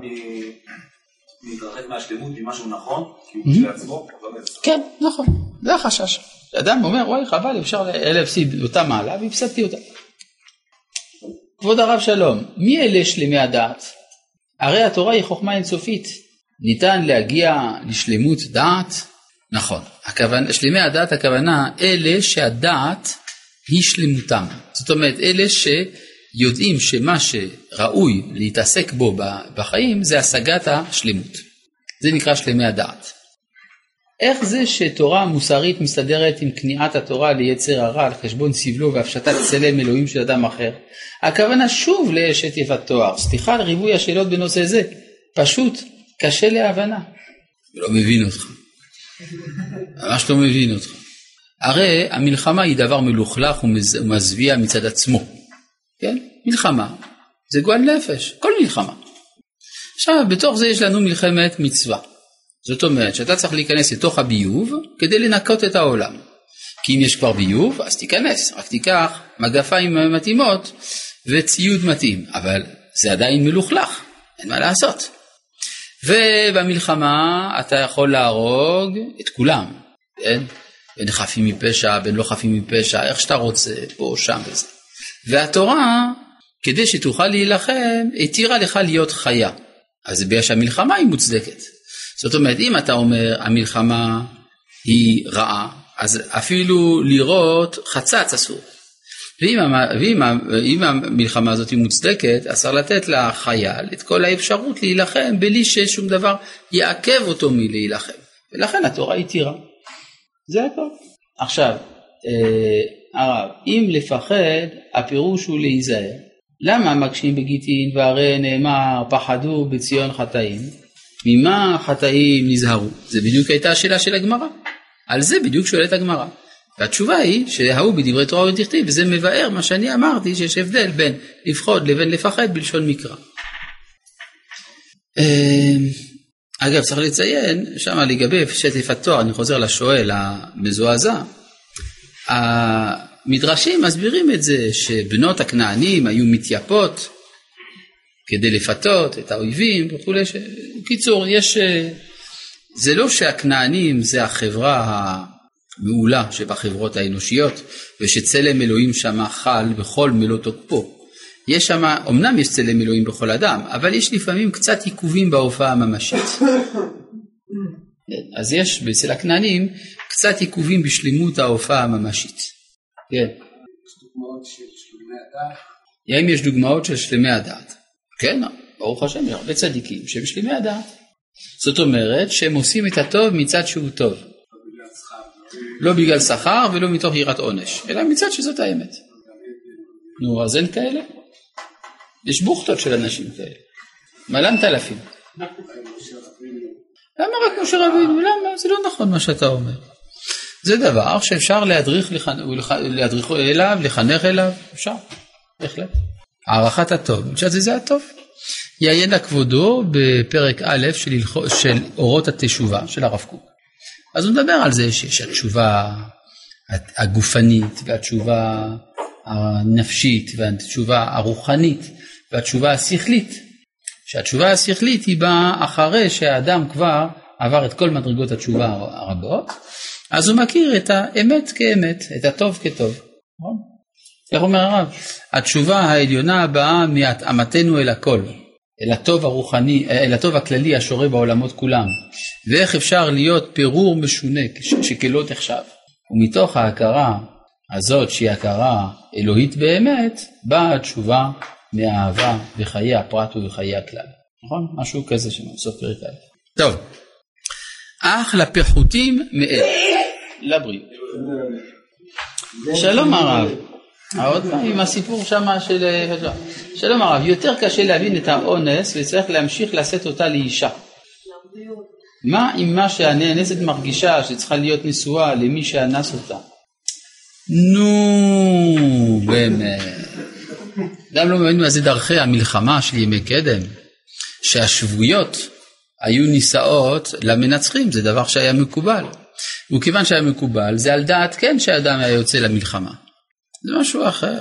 מתרחק מהשלמות ממשהו נכון, כי הוא בשביל עצמו. כן, נכון, זה החשש. אדם אומר, וואי חבל, אפשר להפסיד אותה מעלה, והפסדתי אותה. כבוד הרב שלום, מי אלה שלמי הדעת? הרי התורה היא חוכמה אינסופית. ניתן להגיע לשלמות דעת? נכון. הכוונה, שלמי הדעת הכוונה אלה שהדעת היא שלמותם. זאת אומרת, אלה שיודעים שמה שראוי להתעסק בו בחיים זה השגת השלמות. זה נקרא שלמי הדעת. איך זה שתורה מוסרית מסתדרת עם כניעת התורה ליצר הרע על חשבון סבלו והפשטת צלם אלוהים של אדם אחר? הכוונה שוב לאשת יפת תואר. סליחה על ריבוי השאלות בנושא זה. פשוט קשה להבנה. לא מבין אותך. ממש לא מבין אותך. הרי המלחמה היא דבר מלוכלך ומזוויע מצד עצמו. כן? מלחמה. זה גועל נפש. כל מלחמה. עכשיו, בתוך זה יש לנו מלחמת מצווה. זאת אומרת שאתה צריך להיכנס לתוך הביוב כדי לנקות את העולם. כי אם יש כבר ביוב, אז תיכנס. רק תיקח מגפיים מתאימות וציוד מתאים. אבל זה עדיין מלוכלך. אין מה לעשות. ובמלחמה אתה יכול להרוג את כולם. כן? בין חפים מפשע, בין לא חפים מפשע, איך שאתה רוצה, פה, שם וזה. והתורה, כדי שתוכל להילחם, התירה לך להיות חיה. אז זה בגלל שהמלחמה היא מוצדקת. זאת אומרת, אם אתה אומר, המלחמה היא רעה, אז אפילו לראות חצץ אסור. ואם, ואם, ואם המלחמה הזאת היא מוצדקת, אז צריך לתת לחייל את כל האפשרות להילחם, בלי ששום דבר יעכב אותו מלהילחם. ולכן התורה התירה. זה הכל. עכשיו, אה, הרב, אם לפחד, הפירוש הוא להיזהר. למה מקשים בגיטין, והרי נאמר, פחדו בציון חטאים? ממה חטאים נזהרו? זה בדיוק הייתה השאלה של הגמרא. על זה בדיוק שואלת הגמרא. והתשובה היא שההוא בדברי תורה ודכתיב, וזה מבאר מה שאני אמרתי, שיש הבדל בין לפחוד לבין לפחד בלשון מקרא. אגב, צריך לציין, שם לגבי שטף התואר, אני חוזר לשואל המזועזע, המדרשים מסבירים את זה שבנות הכנענים היו מתייפות כדי לפתות את האויבים וכו'. קיצור, יש, זה לא שהכנענים זה החברה המעולה שבחברות האנושיות, ושצלם אלוהים שם חל בכל מלוא תוקפו. יש שם, אמנם יש צלם אלוהים בכל אדם, אבל יש לפעמים קצת עיכובים בהופעה הממשית. אז יש אצל הכנענים קצת עיכובים בשלמות ההופעה הממשית. כן. יש דוגמאות של שלמי הדעת? האם יש דוגמאות של שלמי הדעת? כן, ברוך השם, יש הרבה צדיקים שהם שלמי הדעת. זאת אומרת שהם עושים את הטוב מצד שהוא טוב. לא בגלל שכר ולא מתוך יראת עונש, אלא מצד שזאת האמת. נו, אז אין כאלה? יש בוכתות של אנשים כאלה. מלנת אלפים. למה רק משה רבינו? למה? זה לא נכון מה שאתה אומר. זה דבר שאפשר להדריך, להדריך אליו, לחנך אליו, אפשר, בהחלט. הערכת הטוב, מצד זה זה הטוב. יעיין לכבודו בפרק א' של, של אורות התשובה של הרב קוק. אז הוא מדבר על זה שיש התשובה הגופנית והתשובה הנפשית והתשובה הרוחנית והתשובה השכלית. שהתשובה השכלית היא באה אחרי שהאדם כבר עבר את כל מדרגות התשובה הרבות, אז הוא מכיר את האמת כאמת, את הטוב כטוב. איך אומר הרב? התשובה העליונה באה מהתאמתנו אל הכל, אל הטוב הרוחני, אל הטוב הכללי השורה בעולמות כולם. ואיך אפשר להיות פירור משונה שכלא תחשב. ומתוך ההכרה הזאת שהיא הכרה אלוהית באמת, באה התשובה מהאהבה בחיי הפרט ובחיי הכלל. נכון? משהו כזה שמסוף פרק א'. טוב. אך לפחותים מאלה. לבריאות. שלום הרב. עוד פעם עם הסיפור שמה של... שלום הרב. יותר קשה להבין את האונס וצריך להמשיך לשאת אותה לאישה. מה עם מה שהנאנסת מרגישה שצריכה להיות נשואה למי שאנס אותה? נו, באמת. גם לא מבין מה זה דרכי המלחמה של ימי קדם. שהשבויות היו נישאות למנצחים, זה דבר שהיה מקובל. וכיוון שהיה מקובל, זה על דעת כן שהאדם היה יוצא למלחמה. זה משהו אחר.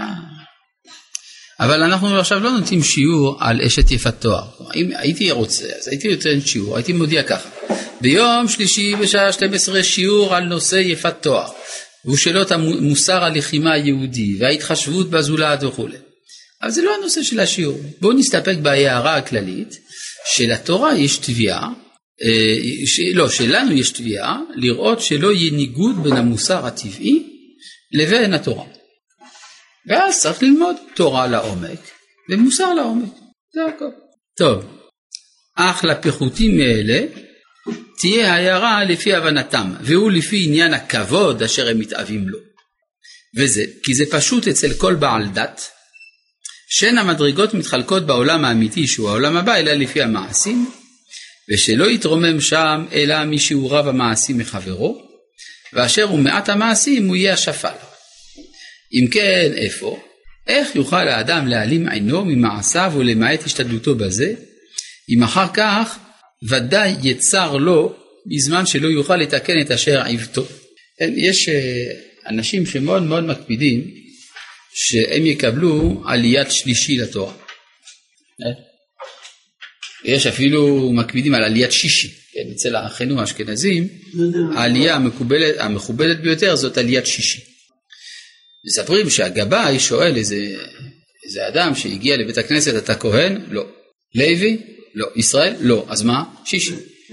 אבל אנחנו עכשיו לא נותנים שיעור על אשת יפת תואר. אם הייתי רוצה, אז הייתי נותן שיעור, הייתי מודיע ככה. ביום שלישי בשעה שתים עשרה שיעור על נושא יפת תואר. ושאלות המוסר הלחימה היהודי וההתחשבות בזולת וכו'. אבל זה לא הנושא של השיעור. בואו נסתפק בהערה הכללית שלתורה יש תביעה, ש... לא, שלנו יש תביעה לראות שלא יהיה ניגוד בין המוסר הטבעי לבין התורה. ואז צריך ללמוד תורה לעומק ומוסר לעומק. זה הכל. טוב. אך לפחותים מאלה תהיה הערה לפי הבנתם, והוא לפי עניין הכבוד אשר הם מתאבים לו. וזה, כי זה פשוט אצל כל בעל דת, שאין המדרגות מתחלקות בעולם האמיתי שהוא העולם הבא, אלא לפי המעשים, ושלא יתרומם שם אלא משיעוריו המעשים מחברו, ואשר הוא מעט המעשים הוא יהיה השפל. אם כן, איפה? איך יוכל האדם להעלים עינו ממעשיו ולמעט השתדלותו בזה, אם אחר כך ודאי יצר לו בזמן שלא יוכל לתקן את אשר עיוותו. יש אנשים שמאוד מאוד מקפידים שהם יקבלו עליית שלישי לתורה. יש אפילו מקפידים על עליית שישי. כן, אצל האחינו האשכנזים העלייה המקובלת, המכובדת ביותר זאת עליית שישי. מספרים שהגבאי שואל איזה, איזה אדם שהגיע לבית הכנסת, אתה כהן? לא. לוי? לא. ישראל? לא. אז מה? שישי.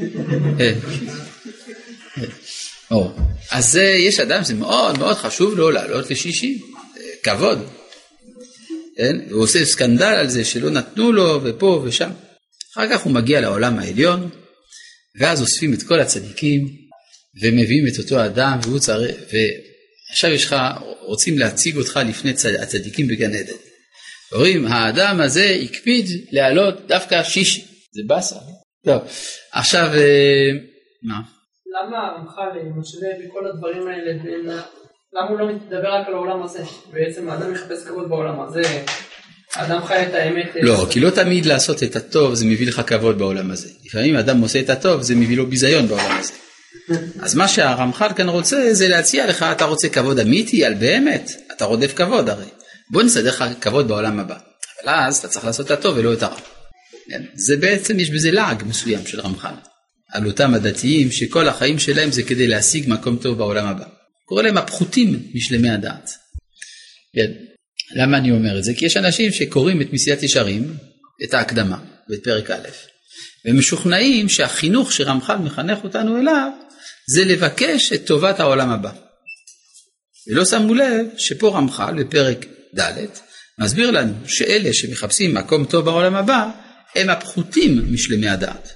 אז יש אדם זה מאוד מאוד חשוב לו לעלות לשישי, כבוד. הוא עושה סקנדל על זה שלא נתנו לו ופה ושם. אחר כך הוא מגיע לעולם העליון, ואז אוספים את כל הצדיקים ומביאים את אותו אדם, והוא צריך, ועכשיו יש לך, רוצים להציג אותך לפני צד, הצדיקים בגן עדן. אומרים, האדם הזה יקפיד לעלות דווקא שישי. זה בסה. טוב, עכשיו, מה? למה הרמח"ל משווה בכל הדברים האלה בין... למה הוא לא מדבר רק על העולם הזה? בעצם האדם מחפש כבוד בעולם הזה, האדם חי את האמת... לא, כי לא תמיד לעשות את הטוב זה מביא לך כבוד בעולם הזה. לפעמים האדם עושה את הטוב זה מביא לו ביזיון בעולם הזה. אז מה שהרמח"ל כאן רוצה זה להציע לך, אתה רוצה כבוד אמיתי על באמת, אתה רודף כבוד הרי. בוא נסדר לך כבוד בעולם הבא. אבל אז אתה צריך לעשות את הטוב ולא את הרע. זה בעצם, יש בזה לעג מסוים של רמח"ל. על אותם הדתיים שכל החיים שלהם זה כדי להשיג מקום טוב בעולם הבא. קורא להם הפחותים משלמי הדעת. כן. למה אני אומר את זה? כי יש אנשים שקוראים את מסילת ישרים, את ההקדמה, ואת פרק א', ומשוכנעים שהחינוך שרמח"ל מחנך אותנו אליו, זה לבקש את טובת העולם הבא. ולא שמו לב שפה רמח"ל בפרק ד' מסביר לנו שאלה שמחפשים מקום טוב בעולם הבא, הם הפחותים משלמי הדעת.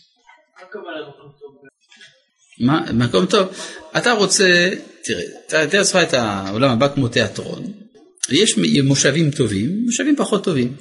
מה, מקום טוב. אתה רוצה, תראה, אתה תראה לך את העולם הבא כמו תיאטרון, יש מושבים טובים, מושבים פחות טובים.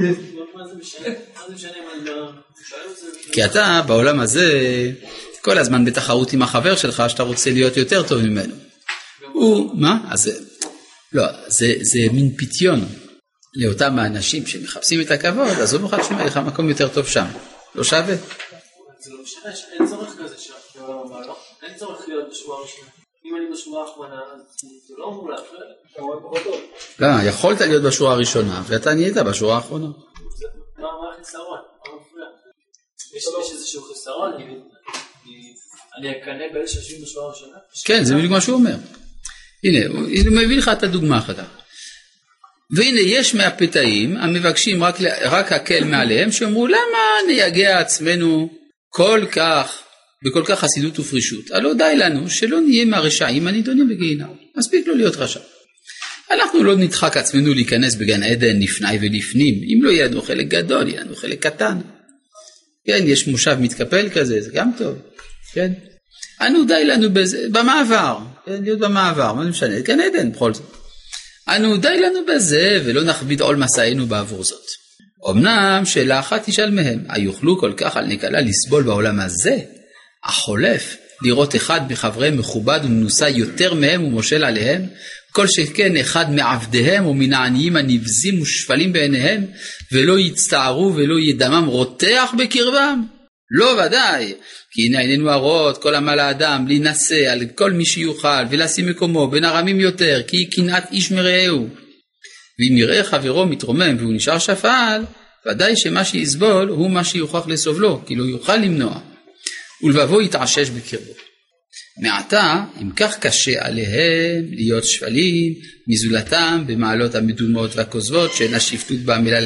כי אתה בעולם הזה, כל הזמן בתחרות עם החבר שלך, שאתה רוצה להיות יותר טוב ממנו. הוא, מה? אז לא, זה, זה מין פיתיון לאותם האנשים שמחפשים את הכבוד, אז הוא מוכן שומע לך מקום יותר טוב שם. לא שווה? זה לא משנה, אין צורך כזה שם, אין צורך להיות בשבוע הראשונה. אם אני בשבוע האחרונה, זה לא אמור להפריע, אתה רואה פחות טוב. לא, יכולת להיות בשבוע הראשונה, ואתה נהיית בשבוע האחרונה. מה החיסרון? מה מפריע? יש איזשהו חיסרון, אני אקנה באלה שיושבים בשבוע הראשונה? כן, זה בדיוק מה שהוא אומר. הנה, הוא מביא לך את הדוגמה אחת. והנה, יש מהפתאים המבקשים רק, רק הקל מעליהם, שאומרו, למה נייגע עצמנו כל כך, בכל כך חסידות ופרישות? הלא די לנו שלא נהיה מהרשעים הנידונים בגיהינום. מספיק לו להיות רשע. אנחנו לא נדחק עצמנו להיכנס בגן עדן לפני ולפנים, אם לא יהיה לנו חלק גדול, יהיה לנו חלק קטן. כן, יש מושב מתקפל כזה, זה גם טוב. כן. אנו די לנו בזה, במעבר, כן, להיות במעבר, מה משנה, גן עדן בכל זאת. אנו די לנו בזה ולא נכביד עול מסענו בעבור זאת. אמנם שאלה אחת תשאל מהם, היוכלו כל כך על נקלה לסבול בעולם הזה, החולף, לראות אחד מחבריהם מכובד ומנוסה יותר מהם ומושל עליהם, כל שכן אחד מעבדיהם ומן העניים הנבזים ושפלים בעיניהם, ולא יצטערו ולא ידמם רותח בקרבם? לא ודאי, כי הנה עינינו הרות כל עמל האדם להינשא על כל מי שיוכל ולשים מקומו בין הרמים יותר, כי היא קנאת איש מרעהו. ואם יראה חברו מתרומם והוא נשאר שפל, ודאי שמה שיסבול הוא מה שיוכח לסובלו, כי לא יוכל למנוע. ולבבו יתעשש בקרבו. מעתה, אם כך קשה עליהם להיות שפלים, מזולתם במעלות המדומות והכוזבות, שאין השפטות בעמלה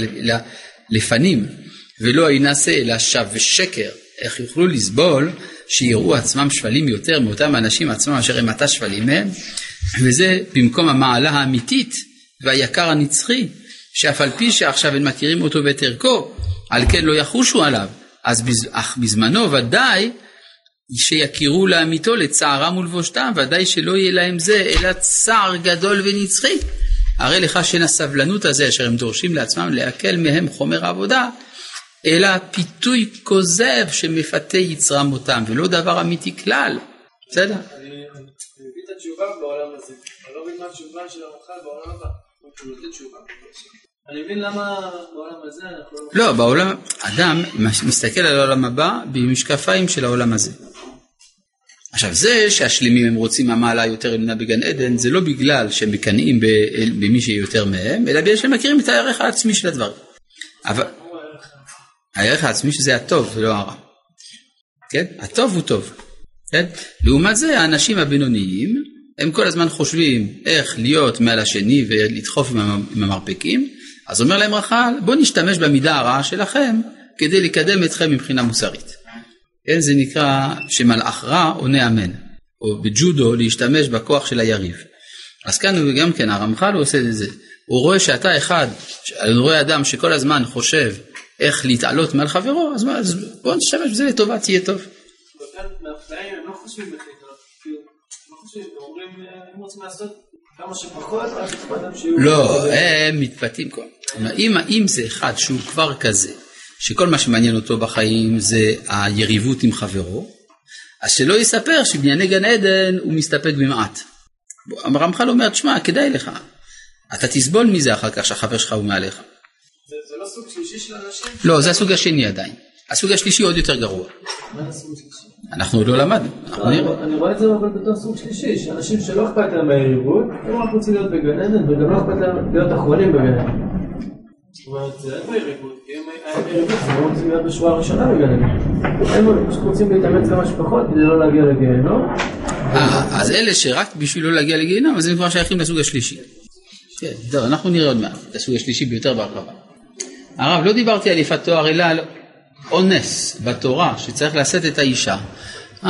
לפנים, ולא ינסה אלא שב ושקר, איך יוכלו לסבול שיראו עצמם שפלים יותר מאותם אנשים עצמם אשר הם עתה שפלים מהם, וזה במקום המעלה האמיתית והיקר הנצחי, שאף על פי שעכשיו הם מכירים אותו ואת ערכו, על כן לא יחושו עליו, אז בז... אך בזמנו ודאי שיכירו לאמיתו לצערם ולבושתם, ודאי שלא יהיה להם זה אלא צער גדול ונצחי. הרי לך שאין הסבלנות הזה אשר הם דורשים לעצמם להקל מהם חומר העבודה, אלא פיתוי כוזב שמפתה יצרם אותם, ולא דבר אמיתי כלל. בסדר? אני מביא את התשובה בעולם הזה, אני לא מבין מה התשובה של הרמח"ל בעולם הבא, הוא נותן תשובה. אני מבין למה בעולם הזה אנחנו לא... לא, בעולם, אדם מסתכל על העולם הבא במשקפיים של העולם הזה. עכשיו, זה שהשלימים הם רוצים המעלה יותר עליונה בגן עדן, זה לא בגלל שהם מקנאים במי שיותר מהם, אלא בגלל שהם מכירים את הערך העצמי של הדברים. אבל הערך העצמי שזה הטוב ולא הרע. כן? הטוב הוא טוב. כן? לעומת זה, האנשים הבינוניים, הם כל הזמן חושבים איך להיות מעל השני ולדחוף עם המרפקים, אז אומר להם רחל, בוא נשתמש במידה הרעה שלכם, כדי לקדם אתכם מבחינה מוסרית. כן, זה נקרא שמלאך רע עונה אמן, או בג'ודו להשתמש בכוח של היריב. אז כאן הוא גם כן, הרמח"ל הוא עושה את זה. הוא רואה שאתה אחד, הוא רואה אדם שכל הזמן חושב איך להתעלות מעל חברו, אז, אז בוא נשתמש בזה לטובה, תהיה טוב. וכאן מהפלאים הם לא חושבים בכלל, לא חושבים, הם אומרים, הם רוצים לעשות כמה שפחות, רק שפחדם שיהיו... לא, הם מתפתים כל. אם, אם זה אחד שהוא כבר כזה, שכל מה שמעניין אותו בחיים זה היריבות עם חברו, אז שלא יספר שבענייני גן עדן הוא מסתפק במעט. הרמח"ל אומר, תשמע, כדאי לך. אתה תסבול מזה אחר כך שהחבר שלך הוא מעליך. זה, זה לא סוג שלישי של אנשים? לא, זה הסוג השני עדיין. הסוג השלישי עוד יותר גרוע. מה הסוג שלישי? אנחנו עוד לא למדנו. אני רואה את זה אבל בתור סוג שלישי, שאנשים שלא אכפת להם מהיריבות, הם רק רוצים להיות בגן עדן, וגם לא אכפת להם להיות אחרונים בגן עדן. זאת אומרת, זה אין ביריבות, כי הם היריבות, הם לא רוצים להיות בשורה הראשונה בגן עדן. הם רוצים להתאמץ כמה שפחות כדי לא להגיע לגיהנום. אז אלה שרק בשביל לא להגיע לגיהנום, אז הם כבר שייכים לסוג השלישי. כן, טוב, אנחנו נראה עוד מעט, את הסוג השלישי ביותר בהרחבה. הרב, לא דיברתי על יפת תואר, אלא על אונס בתורה, שצריך לשאת את האישה. אה,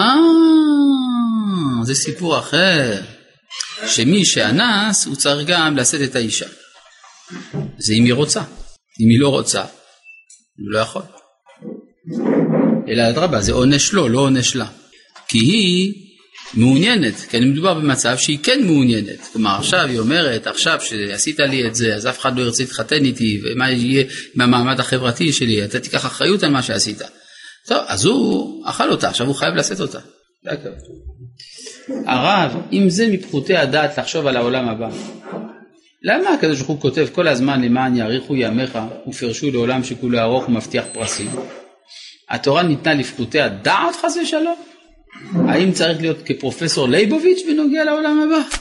זה סיפור אחר. שמי שאנס, הוא צריך גם לשאת את האישה. זה אם היא רוצה. אם היא לא רוצה, הוא לא יכול. אלא אדרבה, זה עונש לו, לא עונש לה. כי היא מעוניינת, כי אני מדובר במצב שהיא כן מעוניינת. כלומר, עכשיו היא אומרת, עכשיו שעשית לי את זה, אז אף אחד לא ירצה להתחתן איתי, ומה יהיה מהמעמד החברתי שלי, אתה תיקח אחריות על מה שעשית. טוב, אז הוא אכל אותה, עכשיו הוא חייב לשאת אותה. הרב, אם זה מפחותי הדעת לחשוב על העולם הבא, למה הקדוש ברוך הוא כותב כל הזמן למען יאריכו ימיך ופרשו לעולם שכולו ארוך ומבטיח פרסים? התורה ניתנה לפחותי הדעת חס ושלום? האם צריך להיות כפרופסור ליבוביץ' בנוגע לעולם הבא?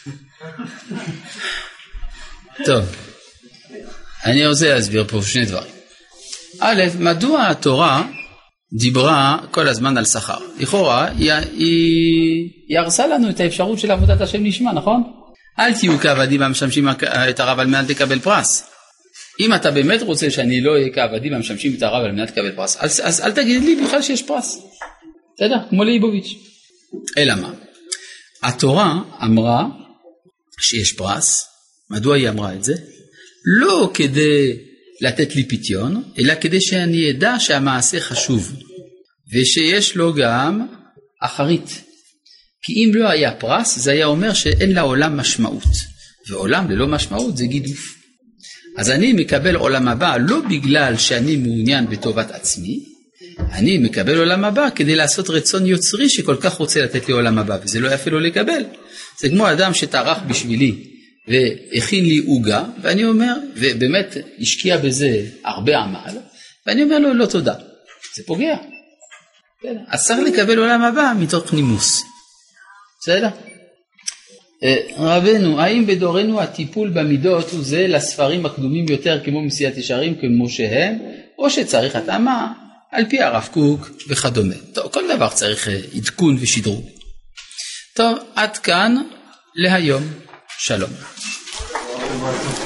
טוב, אני רוצה להסביר פה שני דברים. א', מדוע התורה דיברה כל הזמן על שכר? לכאורה, היא, היא, היא הרסה לנו את האפשרות של עבודת השם נשמע, נכון? אל תהיו כעבדים המשמשים את הרב על מנת לקבל פרס. אם אתה באמת רוצה שאני לא אהיה כעבדים המשמשים את הרב על מנת לקבל פרס, אז, אז אל תגיד לי בכלל שיש פרס. בסדר? כמו ליבוביץ'. אלא מה? התורה אמרה שיש פרס. מדוע היא אמרה את זה? לא כדי לתת לי פתיון, אלא כדי שאני אדע שהמעשה חשוב, ושיש לו גם אחרית. כי אם לא היה פרס, זה היה אומר שאין לעולם משמעות, ועולם ללא משמעות זה גידוף. אז אני מקבל עולם הבא לא בגלל שאני מעוניין בטובת עצמי, אני מקבל עולם הבא כדי לעשות רצון יוצרי שכל כך רוצה לתת לי עולם הבא, וזה לא יפה לו לקבל. זה כמו אדם שטרח בשבילי והכין לי עוגה, ואני אומר, ובאמת השקיע בזה הרבה עמל, ואני אומר לו לא תודה, זה פוגע. אז צריך לקבל עולם הבא מתוך נימוס. בסדר? רבנו, האם בדורנו הטיפול במידות הוא זה לספרים הקדומים יותר כמו מסיעת ישרים כמו שהם, או שצריך התאמה על פי הרב קוק וכדומה? טוב, כל דבר צריך עדכון ושדרוג. טוב, עד כאן להיום. שלום.